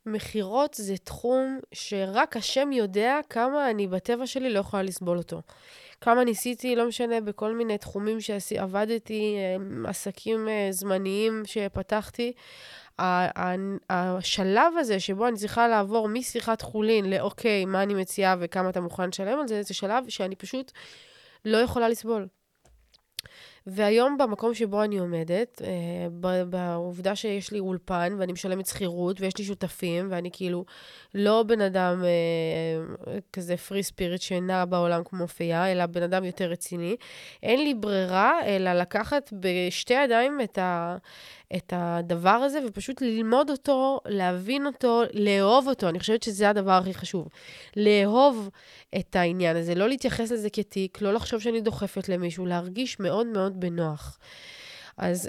מחירות זה תחום שרק השם יודע כמה אני בטבע שלי לא יכולה לסבול אותו. כמה ניסיתי, לא משנה, בכל מיני תחומים שעבדתי, עסקים זמניים שפתחתי. השלב הזה שבו אני צריכה לעבור משיחת חולין לאוקיי, מה אני מציעה וכמה אתה מוכן לשלם על זה, זה שלב שאני פשוט לא יכולה לסבול. והיום במקום שבו אני עומדת, בעובדה שיש לי אולפן, ואני משלמת שכירות, ויש לי שותפים, ואני כאילו לא בן אדם כזה פרי ספיריט שנע בעולם כמו פייה, אלא בן אדם יותר רציני. אין לי ברירה, אלא לקחת בשתי ידיים את הדבר הזה, ופשוט ללמוד אותו, להבין אותו, לאהוב אותו. אני חושבת שזה הדבר הכי חשוב. לאהוב את העניין הזה, לא להתייחס לזה כתיק, לא לחשוב שאני דוחפת למישהו, להרגיש מאוד מאוד בנוח. אז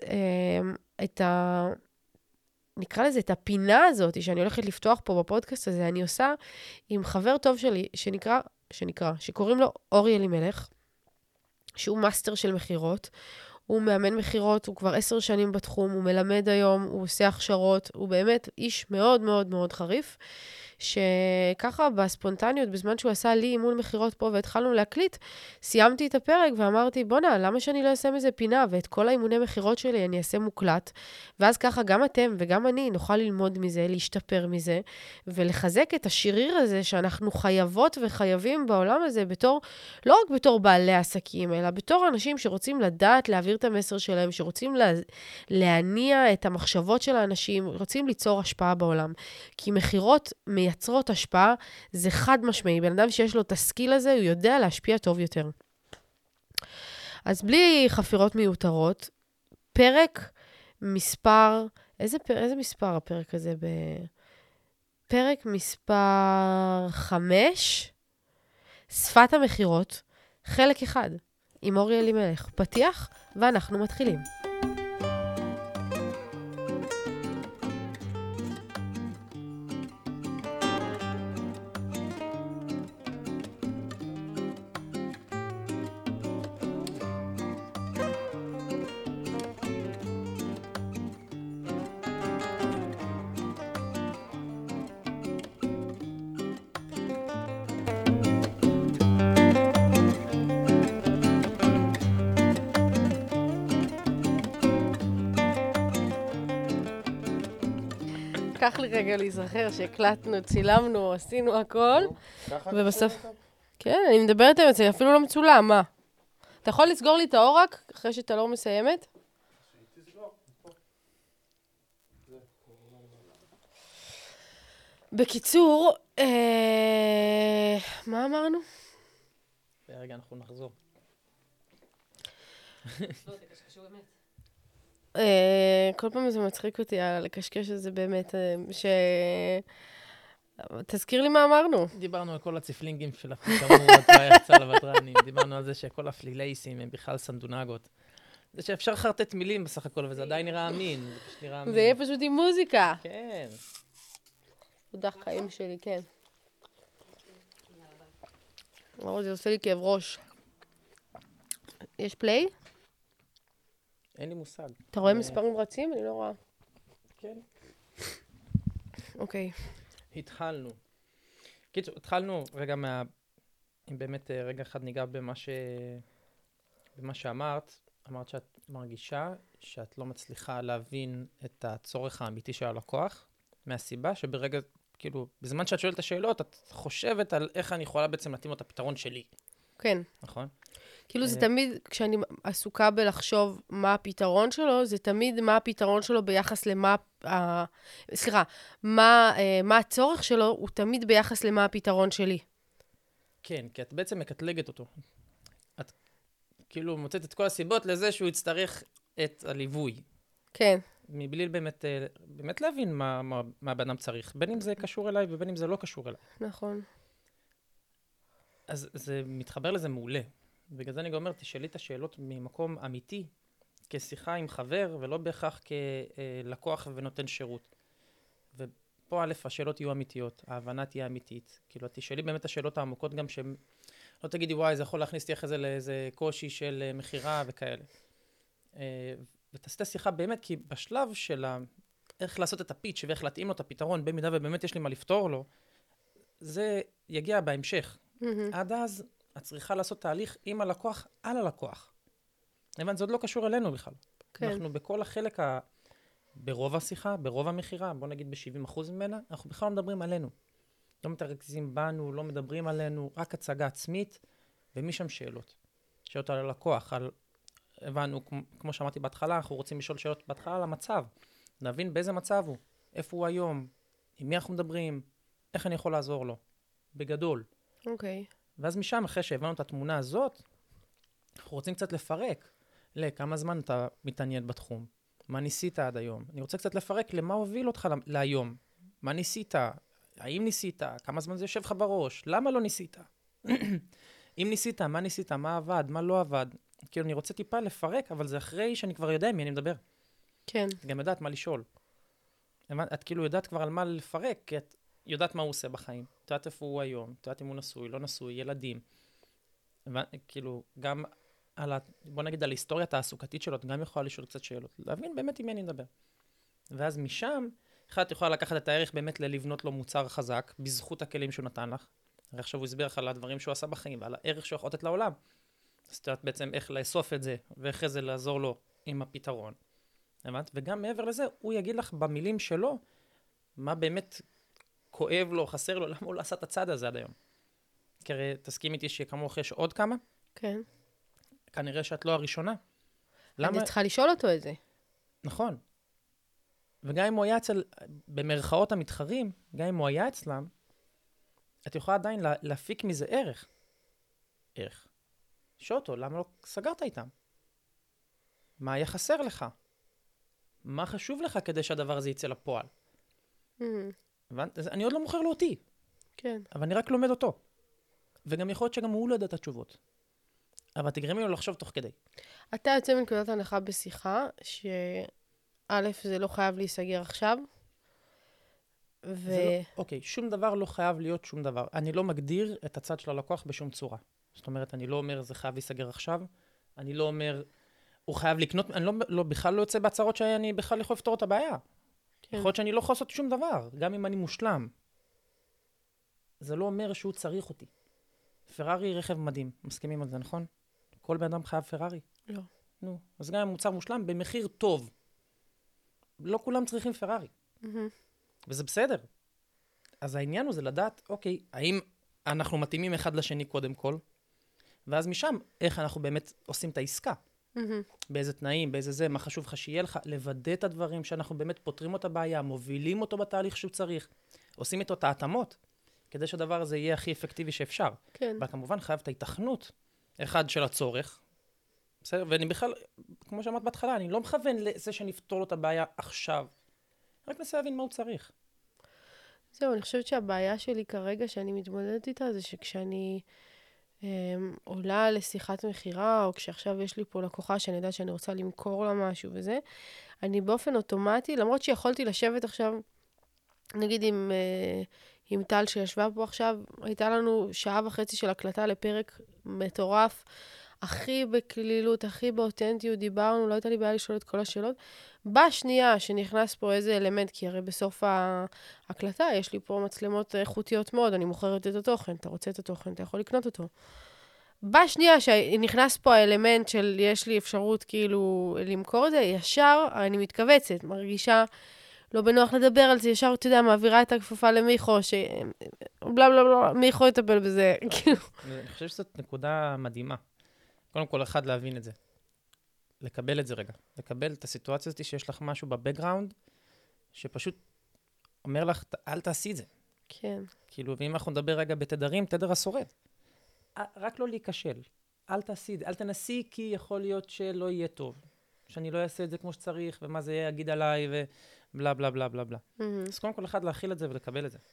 נקרא לזה, את הפינה הזאת שאני הולכת לפתוח פה בפודקאסט הזה, אני עושה עם חבר טוב שלי, שקוראים לו אורי אלימלך, שהוא מאסטר של מחירות. הוא מאמן מחירות, הוא כבר 10 שנים בתחום, הוא מלמד היום, הוא עושה הכשרות, הוא באמת איש מאוד מאוד מאוד חריף, שככה בספונטניות, בזמן שהוא עשה לי אימון מחירות פה והתחלנו להקליט, סיימתי את הפרק ואמרתי, בונה, למה שאני לא אעשה מזה פינה, ואת כל האימוני מחירות שלי אני אעשה מוקלט, ואז ככה גם אתם וגם אני נוכל ללמוד מזה, להשתפר מזה, ולחזק את השריר הזה שאנחנו חייבות וחייבים בעולם הזה, לא רק בתור בעלי עסקים, אלא בתור אנשים שרוצים לדעת, להעביר את המסר שלהם, שרוצים להניע את המחשבות של האנשים, רוצים ליצור השפעה בעולם. כי מחירות מייצרות השפעה, זה חד משמעי. בן אדם שיש לו את הסקיל הזה, הוא יודע להשפיע טוב יותר. אז בלי חפירות מיותרות, פרק מספר, איזה מספר הפרק הזה? פרק מספר 5, שפת המחירות, חלק 1, עם אורי אלימלך. פתיח, ואנחנו מתחילים. לקח לי רגע להיזכר שהקלטנו, צילמנו, עשינו הכל, ובסוף... כן, אני מדברת עם זה, אפילו לא מצולם, מה? אתה יכול לסגור לי את האור רק אחרי שאתה לא מסיימת? בקיצור, מה אמרנו? רגע, אנחנו נחזור. כל פעם זה מצחיק אותי, לקשקש הזה באמת, תזכיר לי מה אמרנו. דיברנו על כל הציפלינגים של הפתרמות והיחצה לוודרנים, דיברנו על זה שכל הפלילייסים הם בכלל סנדונגות. זה שאפשר חרטט מילים בסך הכל, וזה עדיין נראה אמין. זה יהיה פשוט עם מוזיקה. כן. תודה חיים שלי, כן. זה עושה לי כאב ראש. יש פליי? אין לי מושג. אתה רואה מספרים רצים? אני לא רואה. כן. אוקיי. התחלנו. קיצור, התחלנו רגע אם באמת רגע אחד ניגע במה שאמרת, אמרת שאת מרגישה שאת לא מצליחה להבין את הצורך האמיתי של הלקוח, מהסיבה שברגע, כאילו, בזמן שאת שואלת את השאלות, את חושבת על איך אני יכולה בעצם להתאים את הפתרון שלי. כן. נכון? כאילו זה תמיד, כשאני עסוקה בלחשוב מה הפתרון שלו, זה תמיד מה הפתרון שלו ביחס למה, מה הצורך שלו, הוא תמיד ביחס למה הפתרון שלי. כן, כי את בעצם מקטלגת אותו. את כאילו מוצאת את כל הסיבות לזה שהוא יצטרך את הליווי. כן. מבלי באמת להבין מה בן אדם צריך. בין אם זה קשור אליי ובין אם זה לא קשור אליי. נכון. אז זה מתחבר לזה מעולה. בגלל זה אני גם אומר, תשאלי את השאלות ממקום אמיתי, כשיחה עם חבר, ולא בהכרח כלקוח ונותן שירות. ופה א', השאלות יהיו אמיתיות, ההבנה תהיה אמיתית. כאילו, תשאלי באמת השאלות העמוקות גם שהן, לא תגידי, וואי, זה יכול להכניס אותי אחרי זה לאיזה קושי של מחירה וכאלה. ותעשי את השיחה באמת, כי בשלב של איך לעשות את הפיץ' ואיך להתאים לו את הפתרון, במידה ובאמת יש לי מה לפתור לו, זה יגיע בהמשך. עד אז, את צריכה לעשות תהליך עם הלקוח על הלקוח. הבנת, זה עוד לא קשור אלינו בכלל. כן. אנחנו בכל החלק, ברוב השיחה, ברוב המחירה, בוא נגיד ב-70% ממנה, אנחנו בכלל לא מדברים עלינו. לא מתרכזים בנו, לא מדברים עלינו, רק הצגה עצמית, ומשם שאלות. שאלות על הלקוח, הבנו, כמו שאמרתי בהתחלה, אנחנו רוצים לשאול שאלות בהתחלה על המצב. להבין באיזה מצב הוא, איפה הוא היום, עם מי אנחנו מדברים, איך אני יכול לעזור לו, בגדול. אוקיי. ואז משם, אחרי שהבנו את התמונה הזאת, אנחנו רוצים קצת לפרק, לכמה זמן אתה מתעניין בתחום, מה ניסית עד היום. אני רוצה קצת לפרק למה הוביל אותך להיום, מה ניסית, האם ניסית, כמה זמן זה יושב לך בראש, למה לא ניסית? אם ניסית, מה ניסית, מה עבד, מה לא עבד. כאילו, אני רוצה טיפה לפרק, אבל זה אחרי שאני כבר יודע עם מי אני מדבר. כן. את גם יודעת מה לשאול. את כאילו יודעת כבר על מה לפרק, כי את יודעת מה הוא עושה בחיים. את יודעת איפה הוא היום, את יודעת אם הוא נשוי, לא נשוי, ילדים. כאילו, גם על בוא נגיד, על ההיסטוריה התעסוקתית שלו, את גם יכולה לשאול קצת שאלות. להבין באמת עם מי אני מדבר. ואז משם, אחת יכולה לקחת את הערך באמת ללבנות לו מוצר חזק, בזכות הכלים שהוא נתן לך. הרי עכשיו הוא הסביר לך על הדברים שהוא עשה בחיים, ועל הערך שהוא יכול לתת לעולם. אז את יודעת בעצם איך לאסוף את זה, ואחרי זה לעזור לו עם הפתרון. הבנת? וגם מעבר לזה, הוא יגיד לך במילים שלו, מה באמת כואב לו, חסר לו, למה הוא לא עשה את הצד הזה עד היום. כי הרי תסכים איתי שכמוך יש עוד כמה, כן. כנראה שאת לא הראשונה. למה? אני צריכה לשאול אותו את זה. נכון. וגם אם הוא היה במרכאות המתחרים, גם אם הוא היה אצלם, את יכולה עדיין להפיק מזה ערך. ערך. שואל אותו, למה לא סגרת איתם? מה היה חסר לך? מה חשוב לך כדי שהדבר הזה יצא לפועל? אני עוד לא מוכר לו אותי. כן. אבל אני רק לומד אותו. וגם יכול להיות שגם הוא לא יודע את התשובות. אבל תגרמי לו לחשוב תוך כדי. אתה יוצא מנקודת הנחה בשיחה, שא' זה לא חייב להיסגר עכשיו, אוקיי, שום דבר לא חייב להיות שום דבר. אני לא מגדיר את הצד של הלקוח בשום צורה. זאת אומרת, אני לא אומר זה חייב להיסגר עכשיו, אני לא אומר הוא חייב לקנות, אני בכלל לא יוצא בהצהרות שאני בכלל יכול לפתור את הבעיה. כן. יכול להיות שאני לא יכול לעשות שום דבר, גם אם אני מושלם. זה לא אומר שהוא צריך אותי. פרארי היא רכב מדהים, מסכימים על זה, נכון? כל בן אדם חייב פרארי. לא. נו, אז גם אם מוצר מושלם, במחיר טוב. לא כולם צריכים פרארי. וזה בסדר. אז העניין הוא זה לדעת, אוקיי, האם אנחנו מתאימים אחד לשני קודם כל, ואז משם, איך אנחנו באמת עושים את העסקה. באיזה תנאים, באיזה זה, מה חשוב לך שיהיה לך, לוודא את הדברים שאנחנו באמת פותרים את הבעיה, מובילים אותו בתהליך שהוא צריך, עושים איתו את ההתאמות, כדי שהדבר הזה יהיה הכי אפקטיבי שאפשר. כן. אבל כמובן חייב את ההיתכנות, אחד של הצורך, בסדר? ואני בכלל, כמו שאמרת בהתחלה, אני לא מכוון לזה שנפתור לו את הבעיה עכשיו, רק ננסה להבין מה הוא צריך. זהו, אני חושבת שהבעיה שלי כרגע שאני מתמודדת איתה, זה שכשאני עולה לשיחת מחירה, או כשעכשיו יש לי פה לקוחה שאני יודעת שאני רוצה למכור לה משהו וזה, אני באופן אוטומטי, למרות שיכולתי לשבת עכשיו, נגיד עם טל שישבה פה עכשיו, הייתה לנו 1.5 שעה של הקלטה לפרק מטורף, הכי בכלילות, הכי באותנטיות, דיברנו, לא הייתה לי בעיה לשאול את כל השאלות. בשנייה שנכנס פה איזה אלמנט, כי הרי בסוף ההקלטה יש לי פה מצלמות איכותיות מאוד, אני מוכרת את התוכן, אתה רוצה את התוכן, אתה יכול לקנות אותו. בשנייה שנכנס פה האלמנט של יש לי אפשרות כאילו למכור את זה, ישר אני מתכווצת, מרגישה לא בנוח לדבר על זה, ישר, אתה יודע, מעבירה את הכפפה למיכו, בלה בלה בלה, מיכו יטפל בזה, כאילו. אני חושב שזאת נקודה מדהימה. קודם כל, אחד, להבין את זה. לקבל את זה רגע. לקבל את הסיטואציה הזאת שיש לך משהו בבקגראונד, שפשוט אומר לך, אל תעשי את זה. כן. כאילו, ואם אנחנו נדבר רגע בתדרים, תדר השורד. רק לא להיכשל. אל תעשי את זה. אל תנסי, כי יכול להיות שלא יהיה טוב. שאני לא אעשה את זה כמו שצריך, ומה זה יגיד עליי, ובלה בלה בלה בלה בלה. אז קודם כל, אחד, להכיל את זה ולקבל את זה.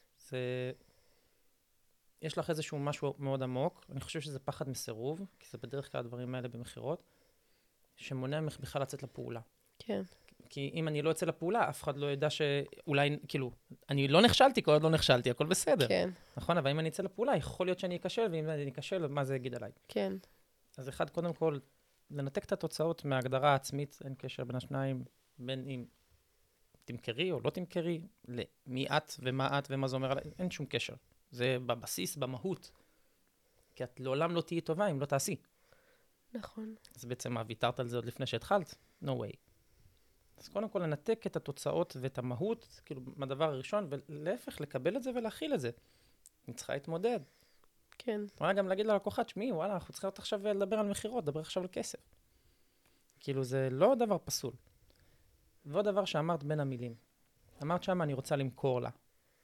יש לך איזשהו משהו מאוד עמוק, אני חושב שזה פחד מסירוב, כי זה בדרך כלל הדברים האלה במחירות, שמונע ממך בכלל לצאת לפעולה. כן. כי אם אני לא יוצא לפעולה, אף אחד לא ידע שאולי, כאילו, אני לא נכשלתי, כל עוד לא נכשלתי, הכל בסדר. כן. נכון, אבל אם אני אצא לפעולה, יכול להיות שאני אכשל, ואם אני אכשל, מה זה יגיד עליי? כן. אז אחד, קודם כל, לנתק את התוצאות מההגדרה העצמית, אין קשר בין השניים, בין אם תמכרי או לא תמכרי, למי את ומה את ומה זה אומר עליי, אין שום קשר. זה בבסיס, במהות. כי את לעולם לא תהיי טובה אם לא תעשי. נכון. אז בעצם מה, ויתרת על זה עוד לפני שהתחלת? No way. אז קודם כל לנתק את התוצאות ואת המהות, כאילו, מהדבר הראשון, ולהפך, לקבל את זה ולהכיל את זה. אני צריכה להתמודד. כן. אולי גם להגיד ללקוחה, תשמעי, וואלה, אנחנו צריכים עכשיו לדבר על מחירות, לדבר עכשיו על כסף. כאילו, זה לא דבר פסול. ועוד דבר שאמרת בין המילים. אמרת שמה, אני רוצה למכור לה.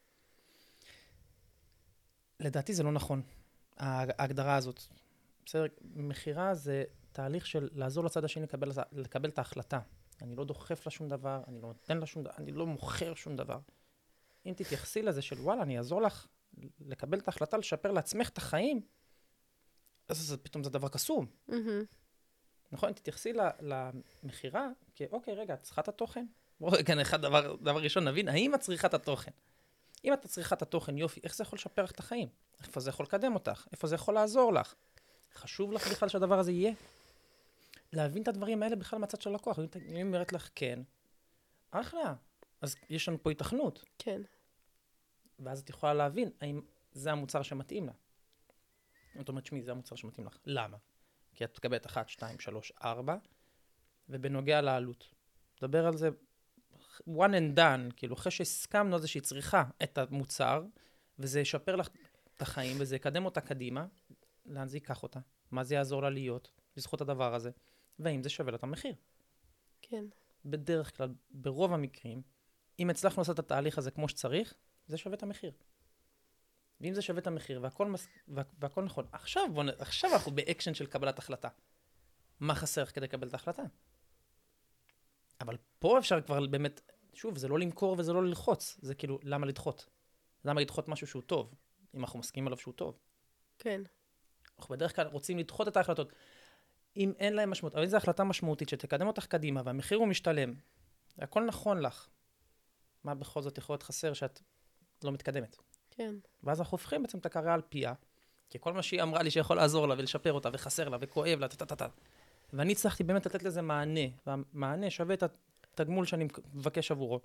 לדעתי זה לא נכון, ההגדרה הזאת. בסדר, מחירה זה תהליך של לעזור לצד השני לקבל את ההחלטה. אני לא דוחף לה שום דבר, אני לא נותן לה שום דבר, אני לא מוכר שום דבר. אם תתייחסי לזה של וואלה, אני אעזור לך לקבל את ההחלטה, לשפר לעצמך את החיים, אז פתאום זה דבר קסום. נכון? תתייחסי למחירה, כי אוקיי, רגע, את צריכה את התוכן? בואו רגע, דבר ראשון, נבין, האם את צריכה את התוכן? אם את צריכה את התוכן, יופי, איך זה יכול לשפר לך את החיים? איפה זה יכול לקדם אותך? איפה זה יכול לעזור לך? חשוב לך בכלל שהדבר הזה יהיה? להבין את הדברים האלה בכלל מהצד של לקוח. אם היא אומרת לך כן, אחלה, אז יש לנו פה התכנות. כן. ואז את יכולה להבין האם זה המוצר שמתאים לה. זאת אומרת, שמי, זה המוצר שמתאים לך. למה? כי את תקבלת 1, 2, 3, 4, ובנוגע לעלות. דבר על זה one and done, כאילו, אחרי שהסכמנו על זה שהיא צריכה את המוצר, וזה ישפר לך את החיים, וזה יקדם אותה קדימה, לאן זה ייקח אותה? מה זה יעזור לה להיות בזכות הדבר הזה? והאם זה שווה לה את המחיר? כן. בדרך כלל, ברוב המקרים, אם הצלחנו לעשות את התהליך הזה כמו שצריך, זה שווה את המחיר. ואם זה שווה את המחיר, והכל נכון, עכשיו אנחנו באקשן של קבלת החלטה. מה חסר כדי לקבל את ההחלטה? אבל פה אפשר כבר באמת, שוב, זה לא למכור וזה לא ללחוץ. זה כאילו, למה לדחות? למה לדחות משהו שהוא טוב, אם אנחנו מסכימים עליו שהוא טוב? כן. אנחנו בדרך כלל רוצים לדחות את ההחלטות. אם אין להם משמעות, אבל אם זו החלטה משמעותית שתקדם אותך קדימה, והמחיר הוא משתלם, הכל נכון לך. מה בכל זאת יכול להיות חסר שאת לא מתקדמת? כן. ואז אנחנו הופכים בעצם את הקריירה על פיה, כי כל מה שהיא אמרה לי שיכול לעזור לה ולשפר אותה וחסר לה וכואב לה, ואני הצלחתי באמת לתת לזה מענה, והמענה שווה את התגמול שאני מבקש עבורו.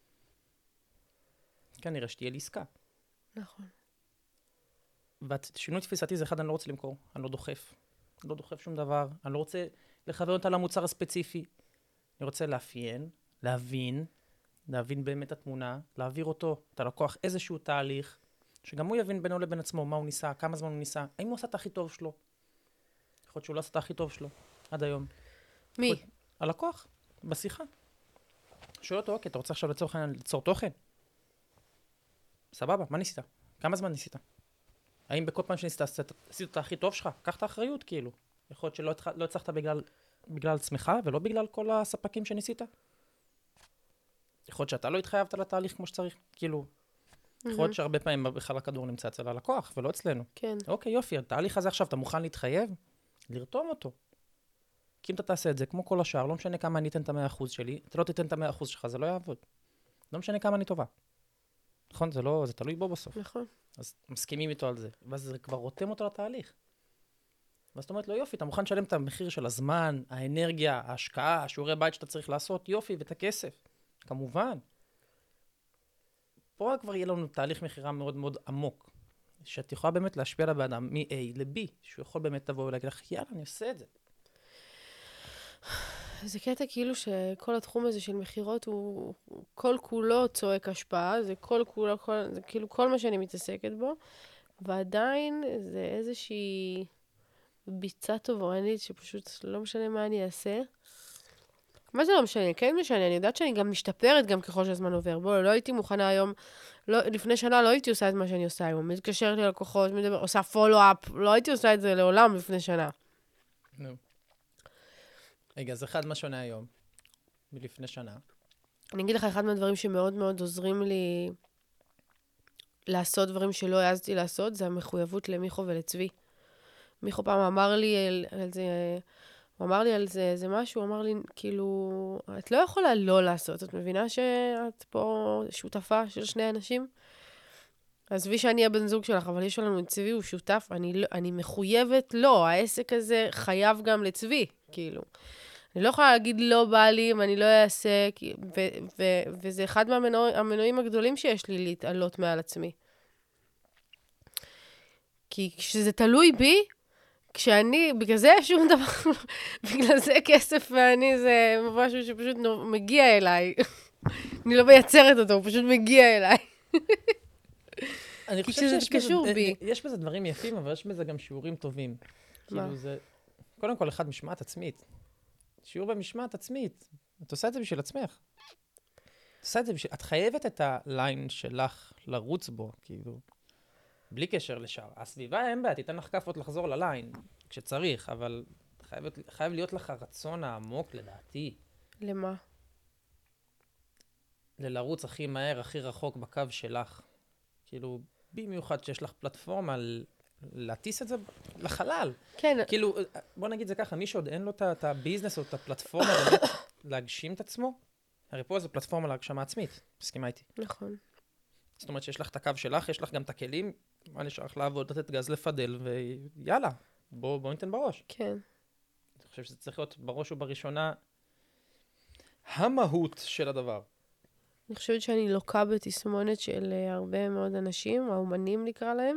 כנראה שתהיה לי עסקה. נכון. והשינוי תפיסתי זה אחד, אני לא רוצה למכור, אני לא דוחף. אני לא דוחף שום דבר, אני לא רוצה לכוון אותה למוצר הספציפי. אני רוצה לאפיין, להבין באמת התמונה, להעביר אותו, את הלקוח, איזשהו תהליך, שגם הוא יבין בינו לבין עצמו מה הוא ניסה, כמה זמן הוא ניסה, האם הוא עשה את הכי טוב שלו. יכול להיות שהוא לא עשה את הכי טוב שלו, עד היום. מי? הלקוח, בשיחה. שואל אותו, אוקיי, אתה רוצה עכשיו לצורך העניין ליצור תוכן? סבבה, מה ניסית? כמה זמן ניסית? האם בכל פעם שניסית, עשית את הכי טוב שלך? קח את האחריות, כאילו. יכול להיות שלא הצלחת בגלל עצמך, ולא בגלל כל הספקים שניסית. יכול להיות שאתה לא התחייבת לתהליך כמו שצריך, כאילו. יכול להיות שהרבה פעמים בכלל הכדור נמצא אצל הלקוח, ולא אצלנו. כן. אוקיי, יופי, התהליך הזה עכשיו, אתה מוכן להתחייב? לרתום אותו. כי אם אתה תעשה את זה, כמו כל השאר, לא משנה כמה אני אתן את 100% שלי, אתה לא תיתן את 100% שלך, זה לא יעבוד. לא משנה כמה אני טובה. נכון? זה תלוי בו בסוף. נכון. אז מסכימים איתו על זה, ואז זה כבר רותם אותו לתהליך. ואז זאת אומרת לו, יופי, אתה מוכן לשלם את המחיר של הזמן, האנרגיה, ההשקעה, השיעורי בית שאתה צריך לעשות, יופי, ואת הכסף. כמובן. פה כבר יהיה לנו תהליך מחירה מאוד מאוד עמוק, שאת יכולה באמת להשפיע על האדם מ-A ל-B, שהוא יכול באמת לבוא ולהגיד לך, יאללה, אני עושה את זה. זה קטע כאילו שכל התחום הזה של מחירות הוא כל כולו צועק השפעה, זה כל כולו, זה כאילו כל מה שאני מתעסקת בו, ועדיין זה איזושהי ביצה טוברנית שפשוט לא משנה מה אני אעשה. מה זה לא משנה? כן משנה, אני יודעת שאני גם משתפרת גם ככל שהזמן עובר. בואו, לא הייתי מוכנה היום, לפני שנה לא הייתי עושה את מה שאני עושה היום. מתקשרת לי ללקוחות, עושה פולו-אפ, לא הייתי עושה את זה לעולם לפני שנה. נו. רגע, אז אחד מה שונה היום, מלפני שנה. אני אגיד לך, אחד מהדברים שמאוד מאוד עוזרים לי לעשות דברים שלא העזתי לעשות, זה המחויבות למיכו ולצבי. מיכו פעם אמר לי על זה, הוא אמר לי על זה משהו, הוא אמר לי, כאילו, את לא יכולה לא לעשות, את מבינה שאת פה שותפה של שני אנשים? עזבי שאני הבן זוג שלך, אבל יש לנו את צבי, הוא שותף, אני מחויבת לו, העסק הזה חייב גם לצבי, כאילו. אני לא יכולה להגיד לא בא לי אם אני לא אעשה, וזה אחד מהמנועים הגדולים שיש לי להתעלות מעל עצמי. כי כשזה תלוי בי, כשאני, בגלל זה שום דבר, בגלל זה כסף ואני זה משהו שפשוט מגיע אליי. אני לא מייצרת אותו, הוא פשוט מגיע אליי. אני כי חושב שזה קשור בי. יש בזה דברים יפים, אבל יש בזה גם שיעורים טובים. מה? כאילו זה, קודם כל אחד משמעת עצמית. שיעור במשמעת עצמית. את עושה את זה בשביל עצמך. את עושה את זה בשביל, את חייבת את הליין שלך לרוץ בו, כאילו, בלי קשר לשאר. הסביבה אין בעיה, תיתן לך כפות לחזור לליין, כשצריך, אבל חייב להיות לך הרצון העמוק, לדעתי, למה? ללרוץ הכי מהר, הכי רחוק בקו שלך. כאילו, במיוחד שיש לך פלטפורמה להטיס את זה לחלל. כן. כאילו, בוא נגיד זה ככה, מי שעוד אין לו את הביזנס או את הפלטפורמה באמת להגשים את עצמו, הרי פה זו פלטפורמה להגשמה עצמית, מסכימה איתי. נכון. זאת אומרת שיש לך את הקו שלך, יש לך גם את הכלים, מה נשאר לך לעבוד, לתת גז לפדל, ויאללה, בוא ניתן בראש. כן. אני חושב שזה צריך להיות בראש ובראשונה המהות של הדבר. אני חושבת שאני לוקה בתסמונת של הרבה מאוד אנשים, האומנים נקרא להם,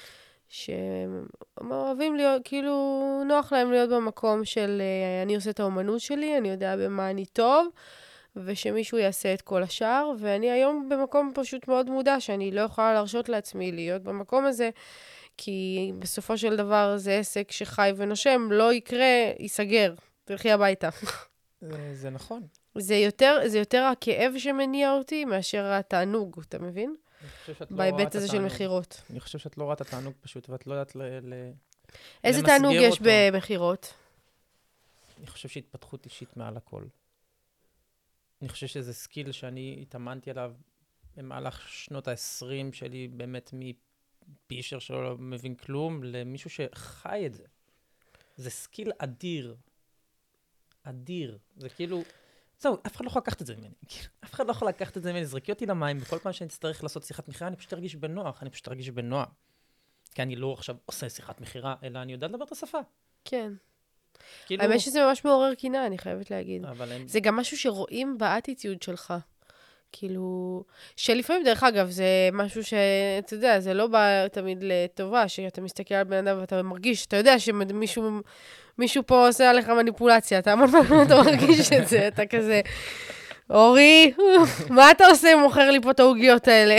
שאוהבים להיות, כאילו, נוח להם להיות במקום של אני עושה את האומנות שלי, אני יודע במה אני טוב, ושמישהו יעשה את כל השאר, ואני היום במקום פשוט מאוד מודע, שאני לא יכולה להרשות לעצמי להיות במקום הזה, כי בסופו של דבר זה עסק שחי ונושם, לא יקרה, ייסגר, תלכי הביתה. זה נכון. זה יותר הכאב שמניע אותי מאשר התענוג, אתה מבין? בהיבט הזה של מחירות. אני חושב שאת לא רואה את התענוג פשוט, ואת לא יודעת איזה תענוג יש במחירות? אני חושב שהתפתחות אישית מעל הכל. אני חושב שזה סקיל שאני התאמנתי עליו במהלך שנות ה-20 שלי, באמת מפישר שלא לא מבין כלום, למישהו שחי את זה. זה סקיל אדיר. אדיר. זה כאילו... זהו, אף אחד לא יכול לקחת את זה ממני. אף אחד לא יכול לקחת את זה ממני. זרקי אותי למים, וכל פעם שאני אצטרך לעשות שיחת מחירה, אני פשוט ארגיש בנוח. כי אני לא עכשיו עושה שיחת מחירה, אלא אני יודע לדבר את השפה. כן. כאילו... האמת שזה ממש מעורר קינה, אני חייבת להגיד. אבל זה גם משהו שרואים באטיטיוד שלך. כאילו, שלפעמים, דרך אגב, זה משהו שאתה יודע, זה לא בא תמיד לטובה, שאתה מסתכל על בן אדם ואתה מרגיש, אתה יודע שמישהו פה עושה עליך מניפולציה, אתה מרגיש את זה, אתה כזה, אורי, מה אתה עושה, מוכר לי פה את העוגיות האלה?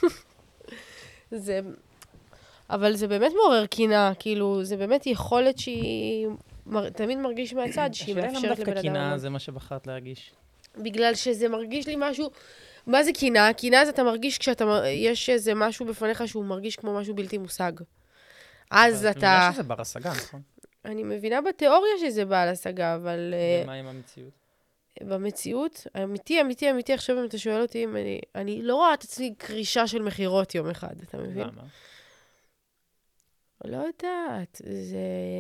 אבל זה באמת מעורר קינה, כאילו, זה באמת יכולת שהיא תמיד מרגיש מהצד, שהיא מאפשרת לבן אדם. השאלה דווקא קינה זה מה שבחרת להרגיש. בגלל שזה מרגיש לי משהו... מה זה קינה? קינה זה אתה מרגיש יש איזה משהו בפניך שהוא מרגיש כמו משהו בלתי מושג. אז אתה... את מבינה שזה בר השגה, נכון? אני מבינה בתיאוריה שזה בעל השגה, אבל... ומה עם המציאות? במציאות, אמיתי, עכשיו אם אתה שואל אותי, אני לא רואה את עצמי קרישה של מחירות יום אחד, אתה מבין? למה? לא יודעת, זה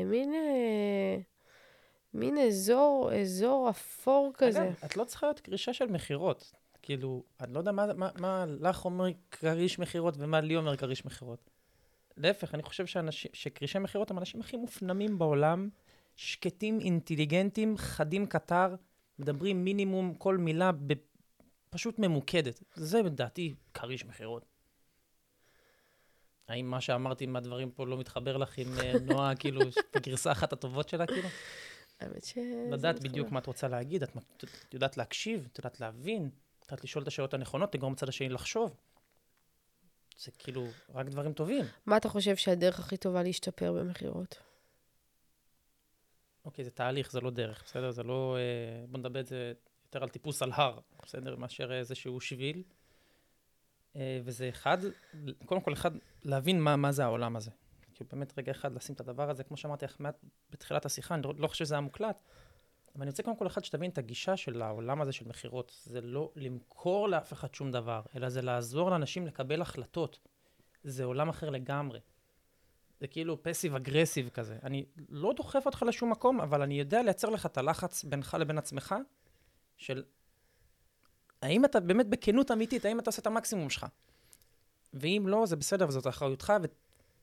מין אזור אפור כזה. אגב, את לא צריכה להיות קרישה של מחירות. כאילו, אני לא יודע מה לך אומר קריש מחירות ומה לי אומר קריש מחירות. להפך, אני חושב שקרישי מחירות הם אנשים הכי מופנמים בעולם, שקטים, אינטליגנטים, חדים קטר, מדברים מינימום כל מילה פשוט ממוקדת. זה בדעתי קריש מחירות. האם מה שאמרתי מהדברים פה לא מתחבר לך עם נועה, כאילו, בגרסה אחת הטובות שלה, כאילו? האמת ש... לדעת בדיוק מה את רוצה להגיד, את יודעת להקשיב, את יודעת להבין, את יודעת לשאול את השאלות הנכונות, לגרום מצד השני לחשוב. זה כאילו רק דברים טובים. מה אתה חושב שהדרך הכי טובה להשתפר במחירות? אוקיי, זה תהליך, זה לא דרך, בסדר? זה לא... בוא נדבר את זה יותר על טיפוס על הר, בסדר? מאשר איזשהו שביל. וזה קודם כל להבין מה זה העולם הזה. כי באמת רגע אחד לשים את הדבר הזה, כמו שאמרתי לך בתחילת השיחה, אני לא חושב שזה היה מוקלט, אבל אני רוצה קודם כל שתבין את הגישה של העולם הזה של מחירות. זה לא למכור לאף אחד שום דבר, אלא זה לעזור לאנשים לקבל החלטות. זה עולם אחר לגמרי. זה כאילו פסיב אגרסיב כזה. אני לא דוחף אותך לשום מקום, אבל אני יודע לייצר לך את הלחץ בינך לבין עצמך, של האם אתה באמת בכנות אמיתית, האם אתה עושה את המקסימום שלך. ואם לא, זה בסדר, וזאת אחריותך,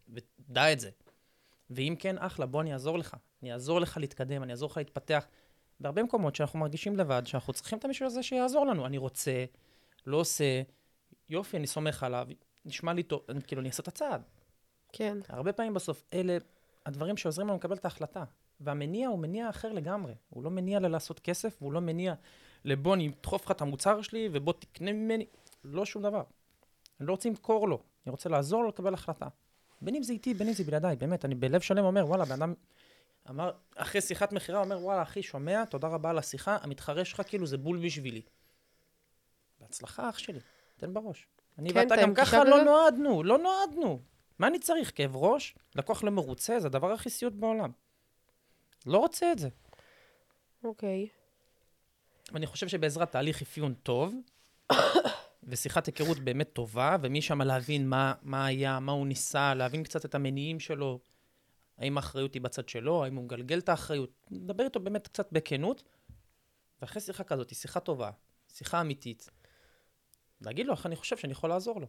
ודע את זה. ואם כן, אחלה, בוא אני אעזור לך. אני אעזור לך להתקדם, אני אעזור לך להתפתח. בהרבה מקומות שאנחנו מרגישים לבד, שאנחנו צריכים את המישהו הזה שיעזור לנו. אני רוצה, לא עושה, יופי, אני סומך עליו, נשמע לי טוב, כאילו, אני אעשה את הצעד. כן. הרבה פעמים בסוף, אלה הדברים שעוזרים לנו לקבל את ההחלטה. והמניע הוא מניע אחר לגמרי. הוא לא מניע ללעשות כסף, והוא לא מניע לבוא, אני אדחוף לך את המוצר שלי, ובוא תקנה ממני. לא שום דבר. אני לא רוצה למכור לו, אני רוצה לעזור לו לקבל החלטה. בין אם זה איתי, בין אם זה בלעדיי, באמת, אני בלב שלם אומר, וואלה, בן אדם אמר, אחרי שיחת מחירה, אומר, וואלה, אחי, שומע, תודה רבה על השיחה, המתחרה שלך כאילו זה בול בשבילי. בהצלחה, אח שלי, תן בראש. אני כן, ואתה אתה גם עם ככה גישה לא כזאת? נועדנו, לא נועדנו. מה אני צריך? כאב ראש? לקוח לא מרוצה? זה הדבר הכי סיוט בעולם. לא רוצה את זה. אוקיי. ואני חושב שבעזרת תהליך אפיון טוב, ושיחת היכרות באמת טובה, ומשם להבין מה היה, מה הוא ניסה, להבין קצת את המניעים שלו, האם האחריות היא בצד שלו, האם הוא מגלגל את האחריות, נדבר איתו באמת קצת בכנות, ואחרי שיחה כזאת, היא שיחה טובה, שיחה אמיתית, להגיד לו איך אני חושב שאני יכול לעזור לו.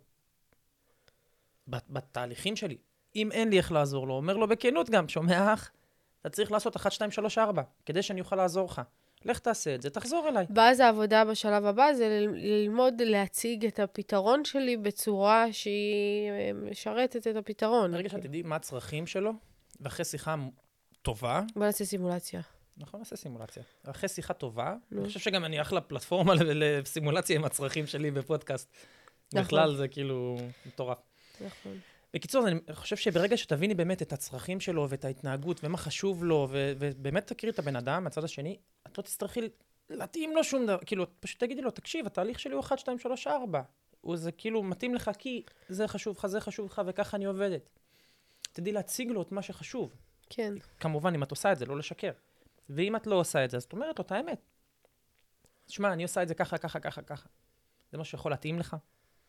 בתהליכים שלי, אם אין לי איך לעזור לו, אומר לו בכנות גם, שומע אח, אתה צריך לעשות 1, 2, 3, 4, כדי שאני אוכל לעזור לך. לך תעשה את זה, תחזור אליי. ואז העבודה בשלב הבא זה ללמוד להציג את הפתרון שלי בצורה שהיא משרתת את הפתרון. ברגע שאת תדעי מה הצרכים שלו, ואחרי שיחה טובה, בוא נעשה סימולציה. נכון, נעשה סימולציה. אחרי שיחה טובה, נו. אני חושב שגם אני אחלה פלטפורמה לסימולציה עם הצרכים שלי בפודקאסט. נכון. בכלל זה כאילו מטורף. נכון. בקיצור, אני חושב שברגע שתביני באמת את הצרכים שלו ואת ההתנהגות ומה חשוב לו, ובאמת תכירי את הבן אדם מהצד השני, את לא תצטרכי להתאים לו שום דבר. כאילו, פשוט תגידי לו, תקשיב, התהליך שלי הוא 1, 2, 3, 4. זה כאילו מתאים לך כי זה חשוב לך, זה חשוב לך, וככה אני עובדת. תדעי להציג לו את מה שחשוב. כן. כמובן, אם את עושה את זה, לא לשקר. ואם את לא עושה את זה, אז את אומרת לו את האמת. תשמע, אני עושה את זה ככה, ככה, ככה, ככה. זה מה שיכול להתאים לך.